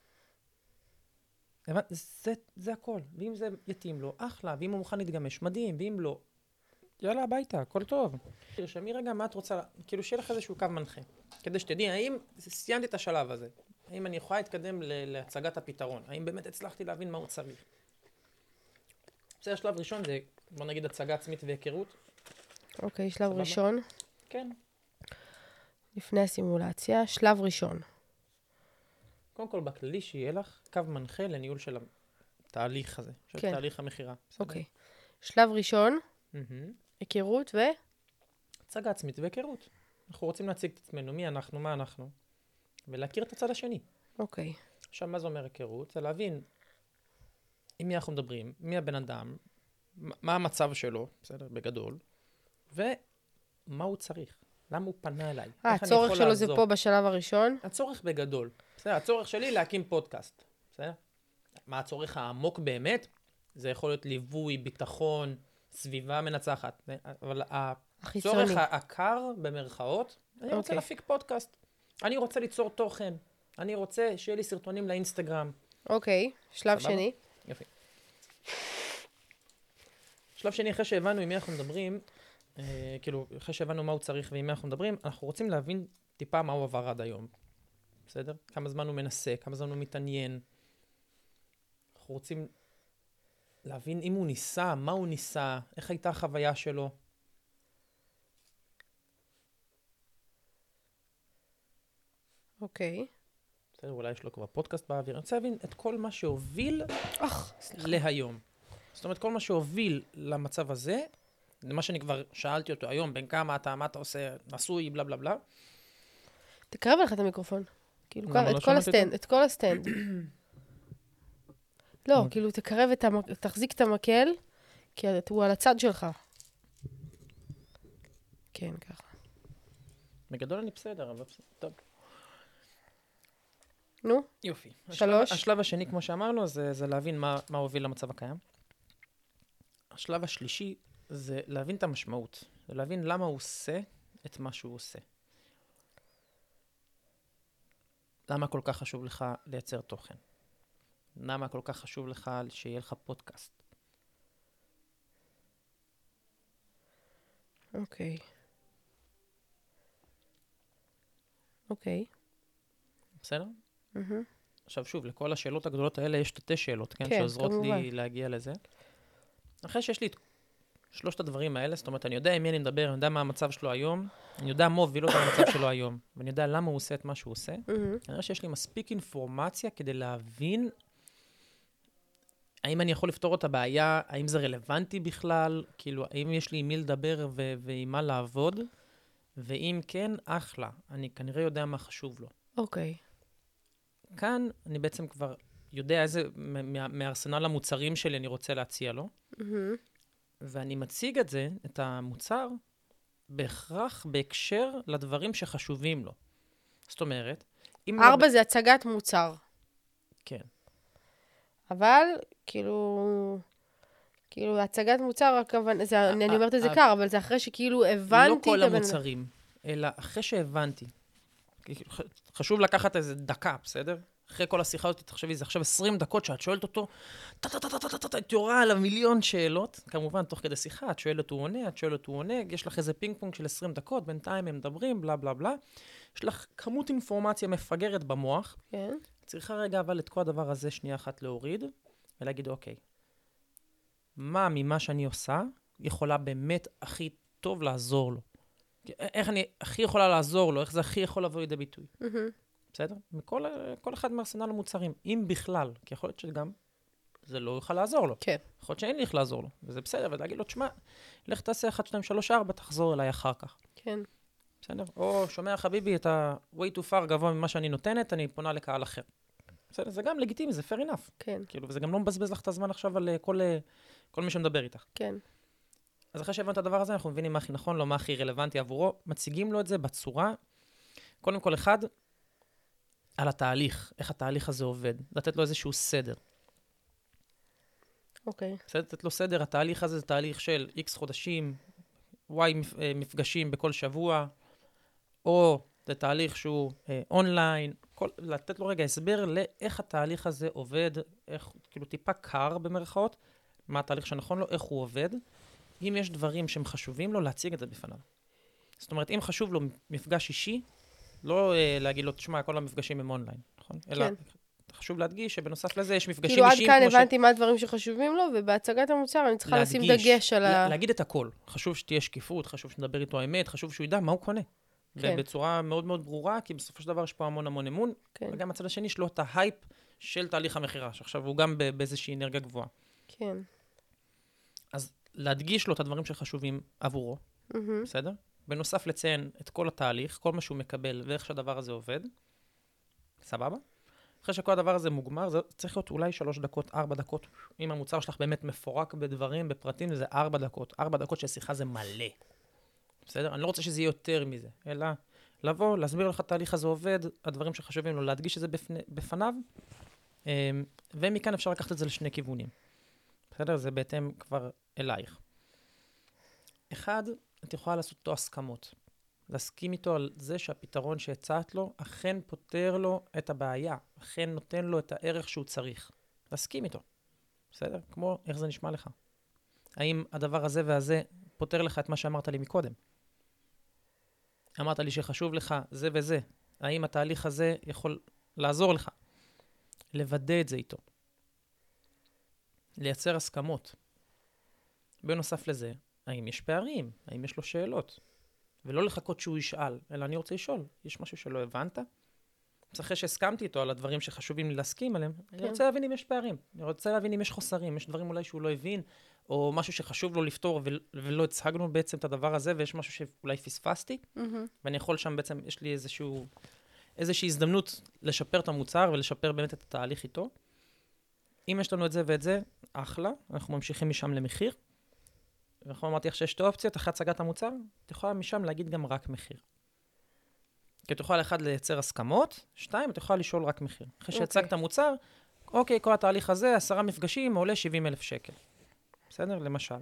זה הכל. ואם זה יתאים לו, אחלה. ואם הוא מוכן להתגמש, מדהים. ואם לא, יאללה, הביתה, הכל טוב. תרשמי רגע מה את רוצה, כאילו שיהיה לך איזשהו קו מנחה. כדי שתדעי, האם סיימתי את השלב הזה? האם אני יכולה להתקדם להצגת הפתרון? האם באמת הצלחתי להבין מה הוא צריך? זה השלב ראשון, זה, בוא נגיד, הצגה עצמית והיכרות. אוקיי, שלב סבבה? ראשון. כן. לפני הסימולציה, שלב ראשון. קודם כל, בכללי, שיהיה לך קו מנחה לניהול של התהליך הזה, של כן. תהליך המחירה. בסדר? אוקיי. שלב ראשון, מהמם. היכרות הצגה עצמית והיכרות. אנחנו רוצים להציג את עצמנו, מי אנחנו, מה אנחנו, ולהכיר את הצד השני. אוקיי. עכשיו, מה זה אומר היכרות? זה להבין עם מי אנחנו מדברים, מי הבן אדם, מה המצב שלו, בסדר, בגדול, ומה הוא צריך, למה הוא פנה אליי. איך אני הצורך יכול שלו זה לעזור. פה בשלב הראשון? הצורך בגדול. בסדר, הצורך שלי להקים פודקאסט. בסדר? מה הצורך העמוק באמת? זה יכול להיות ליווי, ביטחון, סביבה מנצחת. אבל החיצוני. הצורך הקר, במרכאות, אני רוצה אוקיי. להפיק פודקאסט. אני רוצה ליצור תוכן. אני רוצה שיהיה לי סרטונים לאינסטגרם. אוקיי. שלב סבבה? שני. יופי. שלב שני, אחרי שהבנו עם מי אנחנו מדברים, כאילו, אחרי שהבנו מה הוא צריך ועם מי אנחנו מדברים, אנחנו רוצים להבין טיפה מה הוא עבר עד היום. בסדר? כמה זמן הוא מנסה, כמה זמן הוא מתעניין. אנחנו רוצים להבין אם הוא ניסה, מה הוא ניסה, איך הייתה החוויה שלו. אוקיי. בסדר, אולי יש לו כבר פודקאסט באוויר. אני רוצה להבין את כל מה שהוביל סליחה. להיום. זאת אומרת, כל מה שהוביל למצב הזה, זה מה שאני כבר שאלתי אותו היום, בין כמה אתה, מה אתה עושה, נשוי, בלה בלה בלה. תקרב לך את המיקרופון. כאילו, למה, לא את כל שמעתי הסטנד, אותו? את כל הסטנד. לא, כאילו, תקרב תחזיק את המקל, כי הוא על הצד שלך. כן, ככה. בגדול אני בסדר, אבל בסדר. טוב. נו, יופי. 3. השלב השני, כמו שאמרנו, זה להבין מה הוביל למצב הקיים. השלב השלישי זה להבין את המשמעות. זה להבין למה הוא עושה את מה שהוא עושה. למה כל כך חשוב לך לייצר תוכן? למה כל כך חשוב לך שיהיה לך פודקאסט? אוקיי. אוקיי. בסדר? מהמם. עכשיו שוב, לכל השאלות הגדולות האלה יש תתי שאלות, כן? כן, שעוזרות כמובן. לי להגיע לזה. אחרי שיש לי את שלושת הדברים האלה, זאת אומרת, אני יודע עם מי אני מדבר, אני יודע מה המצב שלו היום, אני יודע מה הוביל אותו למצב שלו היום, ואני יודע למה הוא עושה את מה שהוא עושה. אני רואה שיש לי מספיק אינפורמציה כדי להבין האם אני יכול לפתור את הבעיה, האם זה רלוונטי בכלל, כאילו, האם יש לי עם מי לדבר ועם מה לעבוד, ואם כן, אחלה. אני כנראה יודע מה חשוב לו. אוקיי. כאן אני בעצם כבר יודע איזה, מארסנל המוצרים שלי אני רוצה להציע לו, ואני מציג את זה, את המוצר, בהכרח בהקשר לדברים שחשובים לו. זאת אומרת, אם... 4 זה הצגת מוצר. כן. אבל, כאילו, הצגת מוצר, אני אומרת את זה קר, אבל זה אחרי שכאילו הבנתי... לא כל המוצרים, אלא אחרי שהבנתי. חשוב לקחת איזה דקה, בסדר? אחרי כל השיחה הזאת, תחשבי, זה עכשיו 20 דקות שאת שואלת אותו, את יורה עליו מיליון שאלות, כמובן, תוך כדי שיחה, את שואלת הוא עונה, את שואלת הוא עונה, יש לך איזה פינג פונג של 20 דקות, בינתיים הם מדברים, בלה בלה בלה. יש לך כמות אינפורמציה מפגרת במוח. כן. צריכה רגע, אבל את כל הדבר הזה שנייה אחת להוריד, ולהגיד, אוקיי, מה ממה שאני עושה יכולה באמת הכי טוב לעזור לו? איך אני הכי יכולה לעזור לו? איך זה הכי יכול לבוא לידי ביטוי? בסדר? כל אחד מארסנל המוצרים, אם בכלל, כי יכול להיות שגם זה לא יוכל לעזור לו. כן. יכול להיות שאין לי איך לעזור לו, וזה בסדר, ולהגיד לו, תשמע, לך תעשה 1, 2, 3, 4, תחזור אליי אחר כך. כן. בסדר? או שומע חביבי, אתה way too far גבוה ממה שאני נותנת, אני פונה לקהל אחר. בסדר? זה גם לגיטימי, זה fair enough. כן. כאילו, וזה גם לא מבזבז לך את הזמן עכשיו על כל מי שמדבר איתך. כן. אז אחרי שהבנת את הדבר הזה, אנחנו מבינים מה הכי נכון לו, מה הכי רלוונטי עבורו, מציגים לו את זה בצורה, קודם כל אחד, על התהליך, איך התהליך הזה עובד, לתת לו איזשהו סדר. אוקיי. בסדר, לתת לו סדר, התהליך הזה זה תהליך של X חודשים, Y מפגשים בכל שבוע, או זה תהליך שהוא אונליין, לתת לו רגע הסבר לאיך התהליך הזה עובד, איך, כאילו טיפה קר במרכאות, מה התהליך שנכון לו, איך הוא עובד. אם יש דברים שהם חשובים לו, להציג את זה בפניו. זאת אומרת, אם חשוב לו מפגש אישי, לא להגיד לו, תשמע, כל המפגשים הם אונליין, נכון? כן. אלא חשוב להדגיש שבנוסף לזה יש מפגשים כאילו אישיים. כאילו עד כאן הבנתי מה הדברים שחשובים לו, ובהצגת המוצר אני צריכה לשים דגש על להגיד את הכל. חשוב שתהיה שקיפות, חשוב שנדבר איתו האמת, חשוב שהוא ידע מה הוא קונה. כן. ובצורה מאוד מאוד ברורה, כי בסופו של דבר יש פה המון המון אמון, כן. וגם הצד השני יש לו את ההייפ של תהליך המחירה, שעכשיו הוא גם באיזושהי אנרגיה גבוהה. כן. אז להדגיש לו את הדברים שחשובים עבורו, בסדר? בנוסף לציין את כל התהליך, כל מה שהוא מקבל ואיך שהדבר הזה עובד. סבבה? אחרי שכל הדבר הזה מוגמר, זה צריך להיות אולי 3 דקות, 4 דקות. אם המוצר שלך באמת מפורק בדברים, בפרטים, זה 4 דקות. 4 דקות של שיחה זה מלא. בסדר? אני לא רוצה שזה יהיה יותר מזה, אלא לבוא, להסביר לך התהליך הזה עובד, הדברים שחשובים לו, להדגיש את זה בפניו, ומכאן אפשר לקחת את זה לשני כיוונים. בסדר? זה בהתאם כבר אלייך. אחד, את יכולה לעשות אותו הסכמות. להסכים איתו על זה שהפתרון שהצעת לו, אכן פותר לו את הבעיה, אכן נותן לו את הערך שהוא צריך. להסכים איתו. בסדר? כמו איך זה נשמע לך. האם הדבר הזה והזה פותר לך את מה שאמרת לי מקודם? אמרת לי שחשוב לך זה וזה. האם התהליך הזה יכול לעזור לך? לוודא את זה איתו. לייצר הסכמות. בנוסף לזה, האם יש פערים? האם יש לו שאלות? ולא לחכות שהוא ישאל, אלא אני רוצה לשאול. יש משהו שלא הבנת? אז אחרי שהסכמתי איתו על הדברים שחשובים לי להסכים עליהם, אני רוצה להבין אם יש פערים. אני רוצה להבין אם יש חוסרים, יש דברים אולי שהוא לא הבין, או משהו שחשוב לו לפתור ולא הצגנו בעצם את הדבר הזה, ויש משהו שאולי פספסתי, ואני יכול שם בעצם, יש לי איזושהי הזדמנות לשפר את המוצר ולשפר באמת את התהליך איתו. אם יש לנו את זה ואת זה, אחלה, אנחנו ממשיכים משם למחיר. ואנחנו אמרתי לך שיש 2 אופציות, אחת הצגת המוצר, את יכולה משם להגיד גם רק מחיר. כי את יכולה אחד לייצר הסכמות, 2, את יכולה לשאול רק מחיר. אחרי שהצגת המוצר, אוקיי, כל התהליך הזה, 10 מפגשים, עולה 70,000 שקל. בסדר? למשל.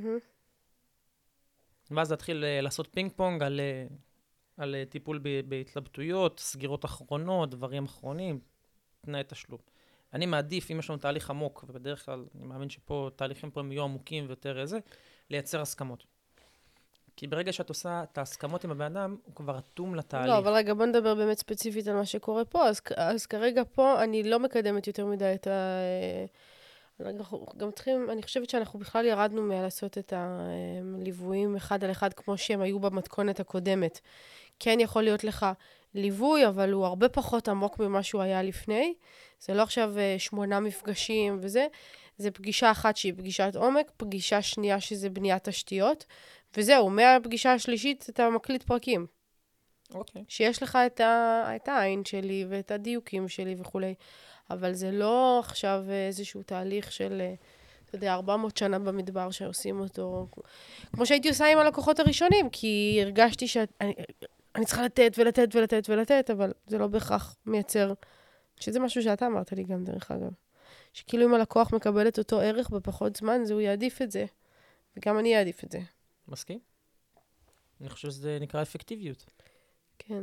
ואז להתחיל לעשות פינג פונג על טיפול בהתלבטויות, סגירות אחרונות, דברים אחרונים, תנאי תשלום. אני מעדיף, אם יש לנו תהליך עמוק, ובדרך כלל אני מאמין שפה תהליכים פה הם יהיו עמוקים ויותר איזה, לייצר הסכמות. כי ברגע שאת עושה את ההסכמות עם הבן אדם, הוא כבר אטום לתהליך. לא, אבל רגע, בוא נדבר באמת ספציפית על מה שקורה פה. אז כרגע פה אני לא מקדמת יותר מדי אנחנו גם צריכים, אני חושבת שאנחנו בכלל ירדנו מלעשות את הליוויים אחד על אחד, כמו שהם היו במתכונת הקודמת. כן יכול להיות לך ליווי, אבל הוא הרבה פחות עמוק ממה שהוא היה לפני. זה לא עכשיו 8 מפגשים וזה, זה פגישה אחת שהיא פגישת עומק, פגישה שנייה שזה בניית תשתיות, וזהו, מהפגישה השלישית אתה מקליט פרקים. אוקיי. שיש לך את העין שלי ואת הדיוקים שלי וכולי. אבל זה לא עכשיו איזשהו תהליך של, אתה יודע, 400 שנה במדבר שעושים אותו, כמו שהייתי עושה עם הלקוחות הראשונים, כי הרגשתי שאני צריכה לתת ולתת ולתת ולתת, אבל זה לא בהכרח מייצר, שזה משהו שאתה אמרת לי גם דרך אגב. שכאילו אם הלקוח מקבל את אותו ערך בפחות זמן, זה הוא יעדיף את זה, וגם אני אעדיף את זה. מסכים? אני חושב שזה נקרא אפקטיביות. כן.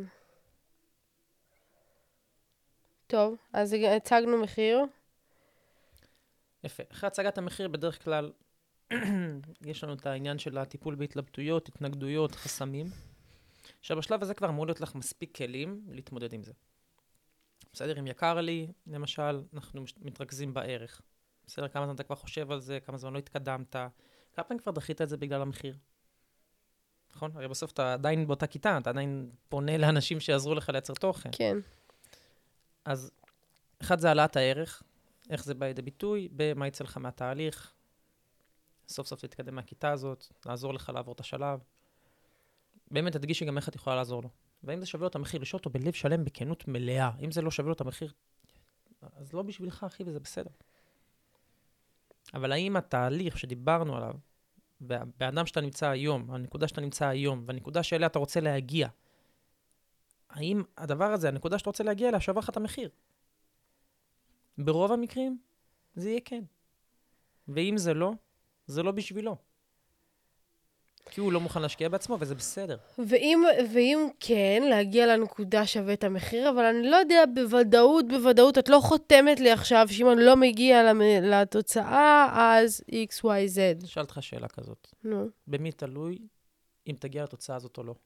טוב, אז הצגנו מחיר. יפה. אחרי הצגת המחיר בדרך כלל יש לנו את העניין של הטיפול בהתלבטויות, התנגדויות, חסמים. עכשיו, בשלב הזה כבר אמור להיות לך מספיק כלים להתמודד עם זה. בסדר, אם יקר לי, למשל, אנחנו מתרכזים בערך. בסדר, כמה זמן אתה כבר חושב על זה, כמה זמן לא התקדמת, כמה פעמים כבר דחית את זה בגלל המחיר. נכון? הרי בסוף אתה עדיין באותה כיתה, אתה עדיין פונה לאנשים שיעזרו לך לייצר תוכן. כן. אז אחד זה העלאת הערך, איך זה בא לידי ביטוי, במה יצא לך מהתהליך, סוף סוף להתקדם מהכיתה הזאת, לעזור לך לעבור את השלב. באמת תדגישי גם איך את יכולה לעזור לו. ואם זה שווה לו את המחיר, לשאול אותו בלב שלם בכנות מלאה. אם זה לא שווה לו את המחיר, אז לא בשבילך, אחי, וזה בסדר. אבל האם התהליך שדיברנו עליו, והאדם שאתה נמצא היום, הנקודה שאתה נמצא היום, והנקודה שאליה אתה רוצה להגיע, האם הדבר הזה, הנקודה שאתה רוצה להגיע אליה, שווה לך את המחיר? ברוב המקרים, זה יהיה כן. ואם זה לא, זה לא בשבילו. כי הוא לא מוכן להשקיע בעצמו, וזה בסדר. ואם כן, להגיע לנקודה שווה את המחיר, אבל אני לא יודע בוודאות, את לא חותמת לי עכשיו, שאם אני לא מגיע לתוצאה, אז X, Y, Z. שאל אותך שאלה כזאת. נו. במי תלוי אם תגיע לתוצאה הזאת או לא?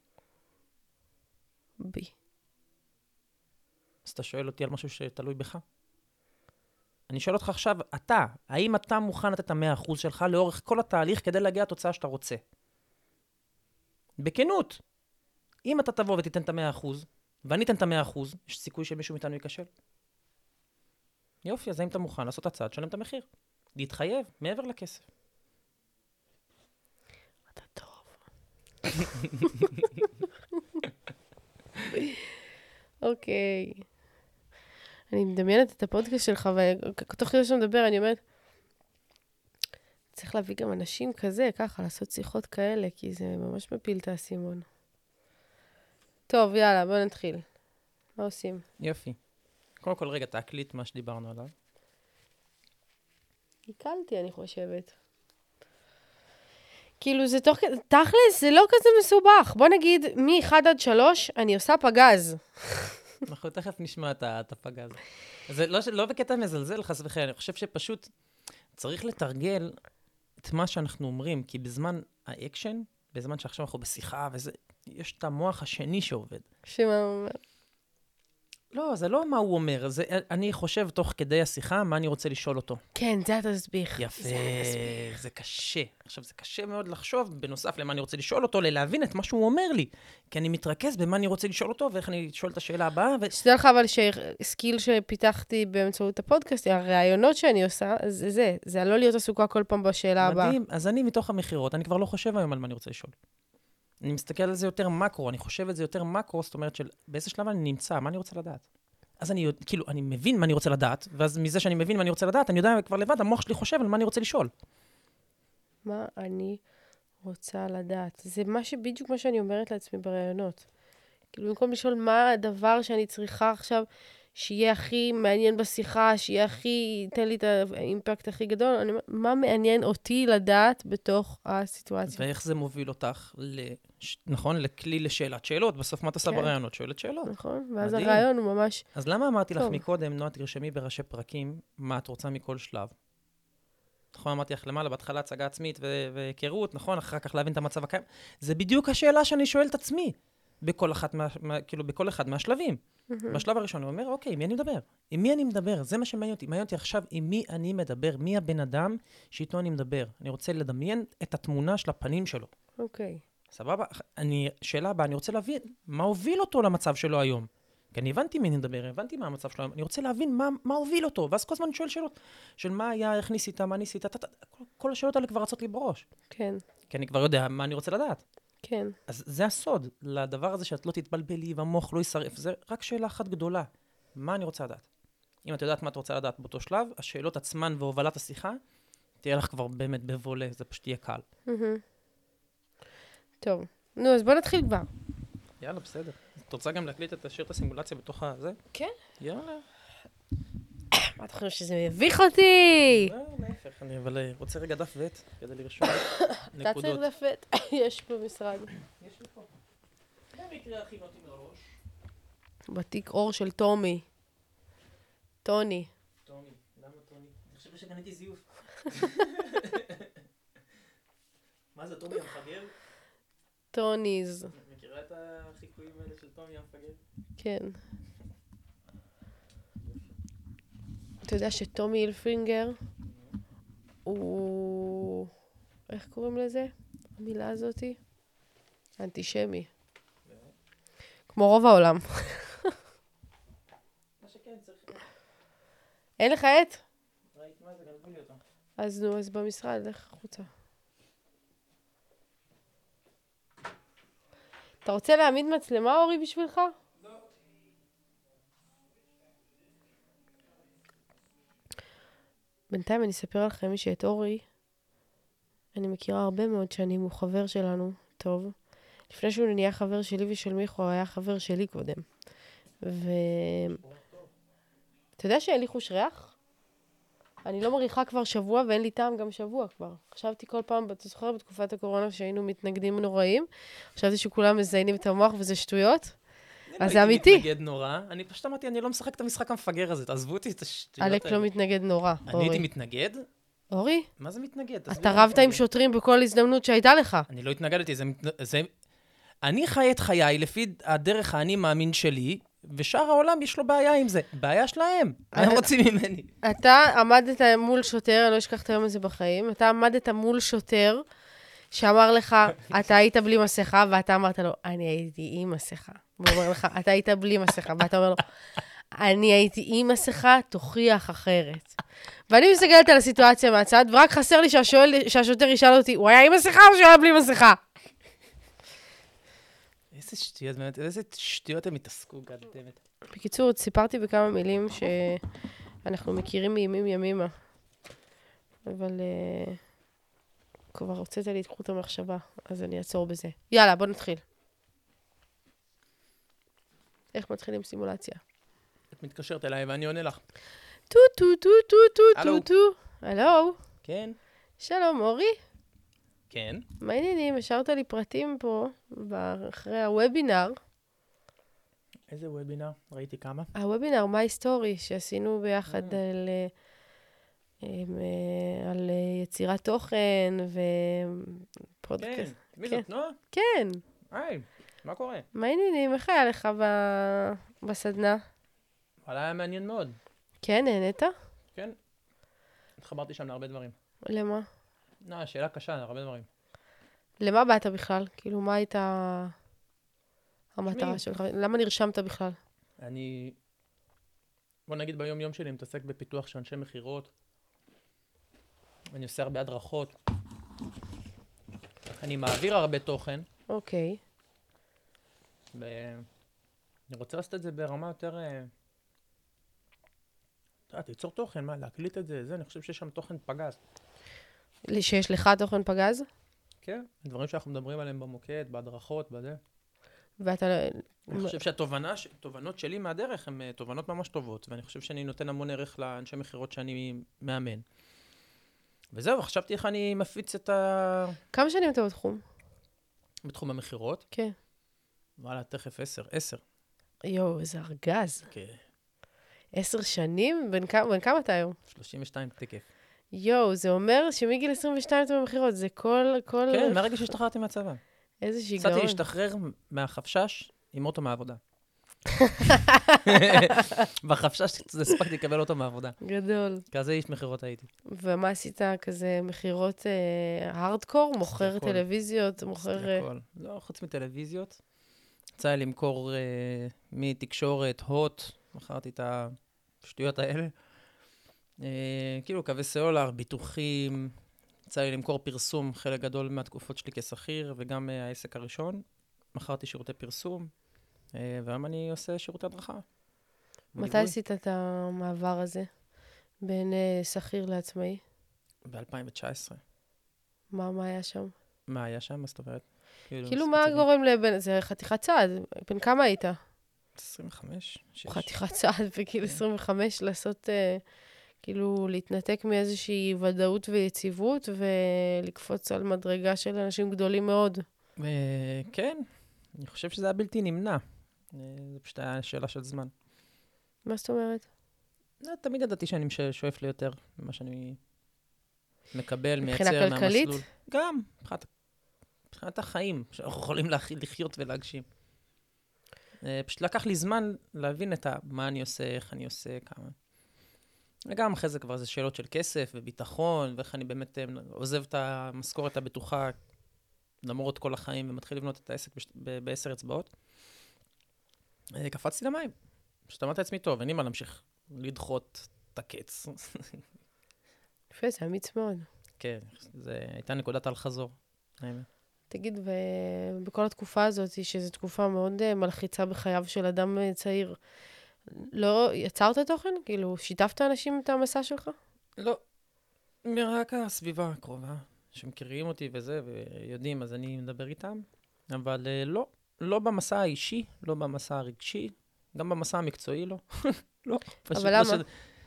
בי. אז אתה שואל אותי על משהו שתלוי בך? אני שואל אותך עכשיו, האם אתה מוכן לתת את 100% שלך לאורך כל התהליך כדי להגיע לתוצאה שאתה רוצה? בכנות. אם אתה תבוא ותיתן את 100%, ואני אתן את 100%, יש סיכוי שמישהו מאיתנו ייכשל. יופי, אז האם אתה מוכן לעשות הצעד, שלם את המחיר? להתחייב, מעבר לכסף. אתה טוב. אוקיי. אני מדמיינת את הפודקאסט שלך, ותוך כדי שאתה מדבר, אני אומרת, צריך להביא גם אנשים כזה, ככה, לעשות שיחות כאלה, כי זה ממש מפיל את האסימון. טוב, יאללה, בוא נתחיל. מה עושים? יופי. קודם כל, רגע, תקליט מה שדיברנו עליו. הקלתי, אני חושבת. כאילו, זה תכלס, זה לא כזה מסובך. בוא נגיד, מ-1 עד 3, אני עושה פגז. אנחנו תכף נשמע את הפגז. זה לא בקטע מזלזל, חס וחלילה. אני חושב שפשוט צריך לתרגל את מה שאנחנו אומרים, כי בזמן האקשן, בזמן שעכשיו אנחנו בשיחה, יש את המוח השני שעובד. שמה הוא אומר? לא, זה לא מה הוא אומר. אני חושב תוך כדי השיחה, מה אני רוצה לשאול אותו. כן, זה התסביך. יפה, זה קשה. עכשיו, זה קשה מאוד לחשוב, בנוסף למה אני רוצה לשאול אותו, להבין את מה שהוא אומר לי. כי אני מתרכז במה אני רוצה לשאול אותו, ואיך אני שואל את השאלה הבאה. שתדע לך אבל שסקיל שפיתחתי באמצעות הפודקאסט, הרעיונות שאני עושה, זה לא להיות עסוקה כל פעם בשאלה הבאה. מדהים, אז אני מתוך המחירות, אני כבר לא חושב היום על מה אני רוצה לשאול. אני מסתכל על זה יותר מקרו, אני חושב על זה יותר מקרו, זאת אומרת באיזה שלב אני נמצא, מה אני רוצה לדעת? אז אני מבין מה אני רוצה לדעת, ואז מזה שאני מבין מה אני רוצה לדעת, אני יודע כבר לבד, המוח שלי חושב על מה אני רוצה לשאול. מה אני רוצה לדעת? זה בדיוק מה שאני אומרת לעצמי ברעיונות. כאילו, במקום לשאול מה הדבר שאני צריכה עכשיו, שיהיה הכי מעניין בשיחה, שיהיה ייתן לי את האימפקט הכי גדול, מה מעניין אותי לדעת בתוך הסיטואציה? ואיך זה מוביל אותך, נכון? לכלי לשאלת שאלות. בסוף מה אתה עושה ברעיונות? שואלת שאלות. נכון, ואז הרעיון הוא ממש... אז למה אמרתי לך מקודם, נועה, תרשמי בראשי פרקים, מה את רוצה מכל שלב? נכון, אמרתי לך למעלה, בהתחלה הצגה עצמית והיכרות, נכון? אחר כך להבין את המצב הקיים. זה בדיוק השאלה שאני שואל את עצמי. בכל אחד מהשלבים. בשלב הראשון הוא אומר, אוקיי, עם מי אני מדבר? עם מי אני מדבר? זה מה שמעניין אותי. מעניין אותי עכשיו עם מי אני מדבר, מי הבן אדם שאיתו אני מדבר. אני רוצה לדמיין את התמונה של הפנים שלו. אוקיי. סבבה? שאלה הבאה, אני רוצה להבין מה הוביל אותו למצב שלו היום. כי אני הבנתי מי אני מדבר, הבנתי מה המצב שלו היום. אני רוצה להבין מה הוביל אותו. ואז כל הזמן אני שואל שאלות של מה היה, איך ניסית, מה ניסית. כל השאלות האלה כבר רצות לי בראש. כן. כי אני כבר יודע מה אני רוצה לדעת. כן. אז זה הסוד, לדבר הזה שאת לא תתבלבלי והמוח לא יישרף. זה רק שאלה אחת גדולה. מה אני רוצה לדעת? אם את יודעת מה את רוצה לדעת באותו שלב, השאלות עצמן והובלת השיחה, תהיה לך כבר באמת בבולה, זה פשוט יהיה קל. טוב. נו, אז בוא נתחיל כבר. יאללה, בסדר. את רוצה גם להקליט את השיר, את הסימולציה בתוך הזה? כן. יאללה. מה אתה חושב שזה מביך אותי? לא, להפך, אני אבל רוצה רגע דף ועט כדי לרשום אתה צריך נקודות. דף ועט? יש במשרד. יש לי פה. זה המקרה הכי מתאים לראש. בתיק אור של טומי. טוני. טומי, למה טומי? אני חושב שקניתי זיוף. מה זה, טומי המפגר? טוניז. מכירה את החיקויים האלה של טומי המפגר? כן. אתה יודע שטומי הילפינגר הוא... איך קוראים לזה? המילה הזאתי? אנטישמי. כמו רוב העולם. מה שכן, צריך... אין לך עט? ראית מה זה? גנבו לי אותו. אז נו, אז במשרד, לך החוצה. אתה רוצה להעמיד מצלמה, אורי, בשבילך? לא. בינתיים אני אספר לכם שאת אורי, אני מכירה הרבה מאוד שנים, הוא חבר שלנו, טוב. לפני שהוא נהיה חבר שלי ושל מיכו, הוא היה חבר שלי קודם. אתה יודע שאין לי חוש ריח? אני לא מריחה כבר שבוע, ואין לי טעם גם שבוע כבר. חשבתי כל פעם, אתה זוכר בתקופת הקורונה שהיינו מתנגדים נוראים? חשבתי שכולם מזיינים את המוח וזה שטויות. אז זה אמיתי. אני לא הייתי מתנגד נורא, אני פשוט אמרתי, אני לא משחק את המשחק המפגר הזה, תעזבו אותי את השטויות האלה. אלק לא מתנגד נורא, אני אורי. הייתי מתנגד? אורי? מה זה מתנגד? אתה רבת עם שוטרים בכל הזדמנות שהייתה לך. אני לא התנגדתי, אני חי את חיי לפי הדרך האני מאמין שלי, ושאר העולם יש לו בעיה עם זה. בעיה שלהם. מה הם רוצים ממני? אתה עמדת מול שוטר, אני לא אשכח את היום הזה בחיים, אתה עמדת מול שוטר שאמר לך, אתה היית בלי מסכה, ואתה אמרת לו, אני הייתי עם מסכה. הוא אומר לך, אתה היית בלי מסכה, ואתה אומר לו, אני הייתי עם מסכה, תוכיח אחרת. ואני מסתכלת על הסיטואציה מהצד, ורק חסר לי שהשוטר ישאל אותי, הוא היה עם מסכה או שהוא היה בלי מסכה? איזה שטויות, באמת, איזה שטויות הם התעסקו, גדמת. בקיצור, סיפרתי בכמה מילים שאנחנו מכירים מימים ימימה. אבל כבר הוצאת לי את חוט המחשבה, אז אני אעצור בזה. יאללה, בוא נתחיל. איך מתחילים סימולציה? את מתקשרת אליי ואני עונה לך. טו טו טו טו טו טו טו. הלו. כן. שלום, אורי. כן. מה העניינים? השארת לי פרטים פה, אחרי הוובינר. איזה וובינר? ראיתי כמה. הוובינר, מה היסטורי, שעשינו ביחד על יצירת תוכן ופודקאסט. כן. מי זאת, נועה? כן. היי, מה קורה? מה העניינים? איך היה לך בסדנה? וואלה, היה מעניין מאוד. כן, נהנית? כן. התחברתי שם להרבה דברים. למה? שאלה קשה, הרבה דברים. למה באת בכלל? כאילו, מה הייתה המטרה שלך? למה נרשמת בכלל? בוא נגיד ביום יום שלי, מתעסק בפיתוח של אנשי מחירות. אני עושה הרבה הדרכות. אני מעביר הרבה תוכן. אוקיי. אני רוצה לעשות את זה ברמה יותר... תיצור תוכן, מה, להקליט את זה, אני חושב שיש שם תוכן פגז. שיש לך תוכן פגז? כן, דברים שאנחנו מדברים עליהם במוקד, בהדרכות, בזה. ואתה... אני חושב שהתובנות שלי מהדרך הן תובנות ממש טובות, ואני חושב שאני נותן המון ערך לאנשי מחירות שאני מאמן. וזהו, חשבתי איך אני מפיץ את כמה שנים אתה בתחום? בתחום המחירות? כן. וואלה, תכף 10. יואו, איזה ארגז. כן. 10 שנים? בין כמה אתה היום? 32 תקף. יואו, זה אומר שמגיל 22 אתה במחירות, זה כל... כן, מהרגע שהשתחררתי מהצבא. איזה הצלחתי שיגעון. להשתחרר מהחפשש עם אוטו מהעבודה. בחפשש הספקתי לקבל אוטו מהעבודה. גדול. כזה איש מכירות הייתי. ומה עשית? כזה מכירות הארדקור? מוכר הכל. טלוויזיות? מוכר... הכל. לא, חוץ מטלוויזיות. יצא לי למכור מתקשורת, הוט, מכרתי את השטויות האלה. כאילו קווי סלולר, ביטוחים, יצא לי למכור פרסום, חלק גדול מהתקופות שלי כשכיר, וגם העסק הראשון. מכרתי שירותי פרסום, והיום אני עושה שירותי הדרכה. מתי עשית את המעבר הזה בין שכיר לעצמאי? ב-2019. מה היה שם? מה היה שם? מה זאת אומרת? כאילו מה גורם לבן... זה חתיכת צעד. בן כמה היית? 25? 6. חתיכת צעד בגיל 25, לעשות, כאילו, להתנתק מאיזושהי ודאות ויציבות, ולקפוץ על מדרגה של אנשים גדולים מאוד. כן, אני חושב שזה היה בלתי נמנע. זה פשוט היה שאלה של זמן. מה זאת אומרת? תמיד ידעתי שאני שואף ליותר ממה שאני מקבל, מבחינה מייצר מהמסלול. כלכלית? גם, מבחינת החיים, שאנחנו יכולים לחיות ולהגשים. פשוט לקח לי זמן להבין מה אני עושה, איך אני עושה, כמה. וגם אחרי זה כבר זה שאלות של כסף וביטחון, ואיך אני באמת עוזב את המשכורת הבטוחה, למרות כל החיים, ומתחיל לבנות את העסק ב10 אצבעות. קפצתי למים. פשוט אמרתי לעצמי, טוב, אין לי מה להמשיך לדחות את הקץ. יפה, זה אמיץ מאוד. כן, זו הייתה נקודת על חזור. תגיד, ובכל התקופה הזאת, שזו תקופה מאוד מלחיצה בחייו של אדם צעיר, לא יצרת תוכן? כאילו, שיתפת אנשים את המסע שלך? לא, רק הסביבה הקרובה, שמכירים אותי וזה, ויודעים, אז אני מדבר איתם, אבל לא במסע האישי, לא במסע הרגשי, גם במסע המקצועי לא. לא. אבל למה?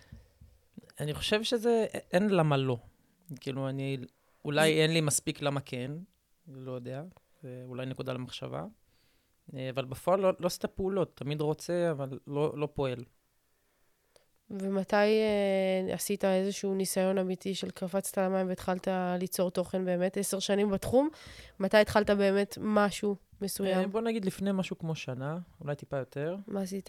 אני חושב שזה, אין למה לא. כאילו, אולי אין לי מספיק למה כן, לא יודע, זה אולי נקודה למחשבה, אבל בפועל לא עשית פעולות, תמיד רוצה, אבל לא פועל. ומתי עשית איזשהו ניסיון אמיתי של קפצת למים והתחלת ליצור תוכן באמת? 10 שנים בתחום? מתי התחלת באמת משהו מסוים? בוא נגיד לפני משהו כמו שנה, אולי טיפה יותר. מה עשית?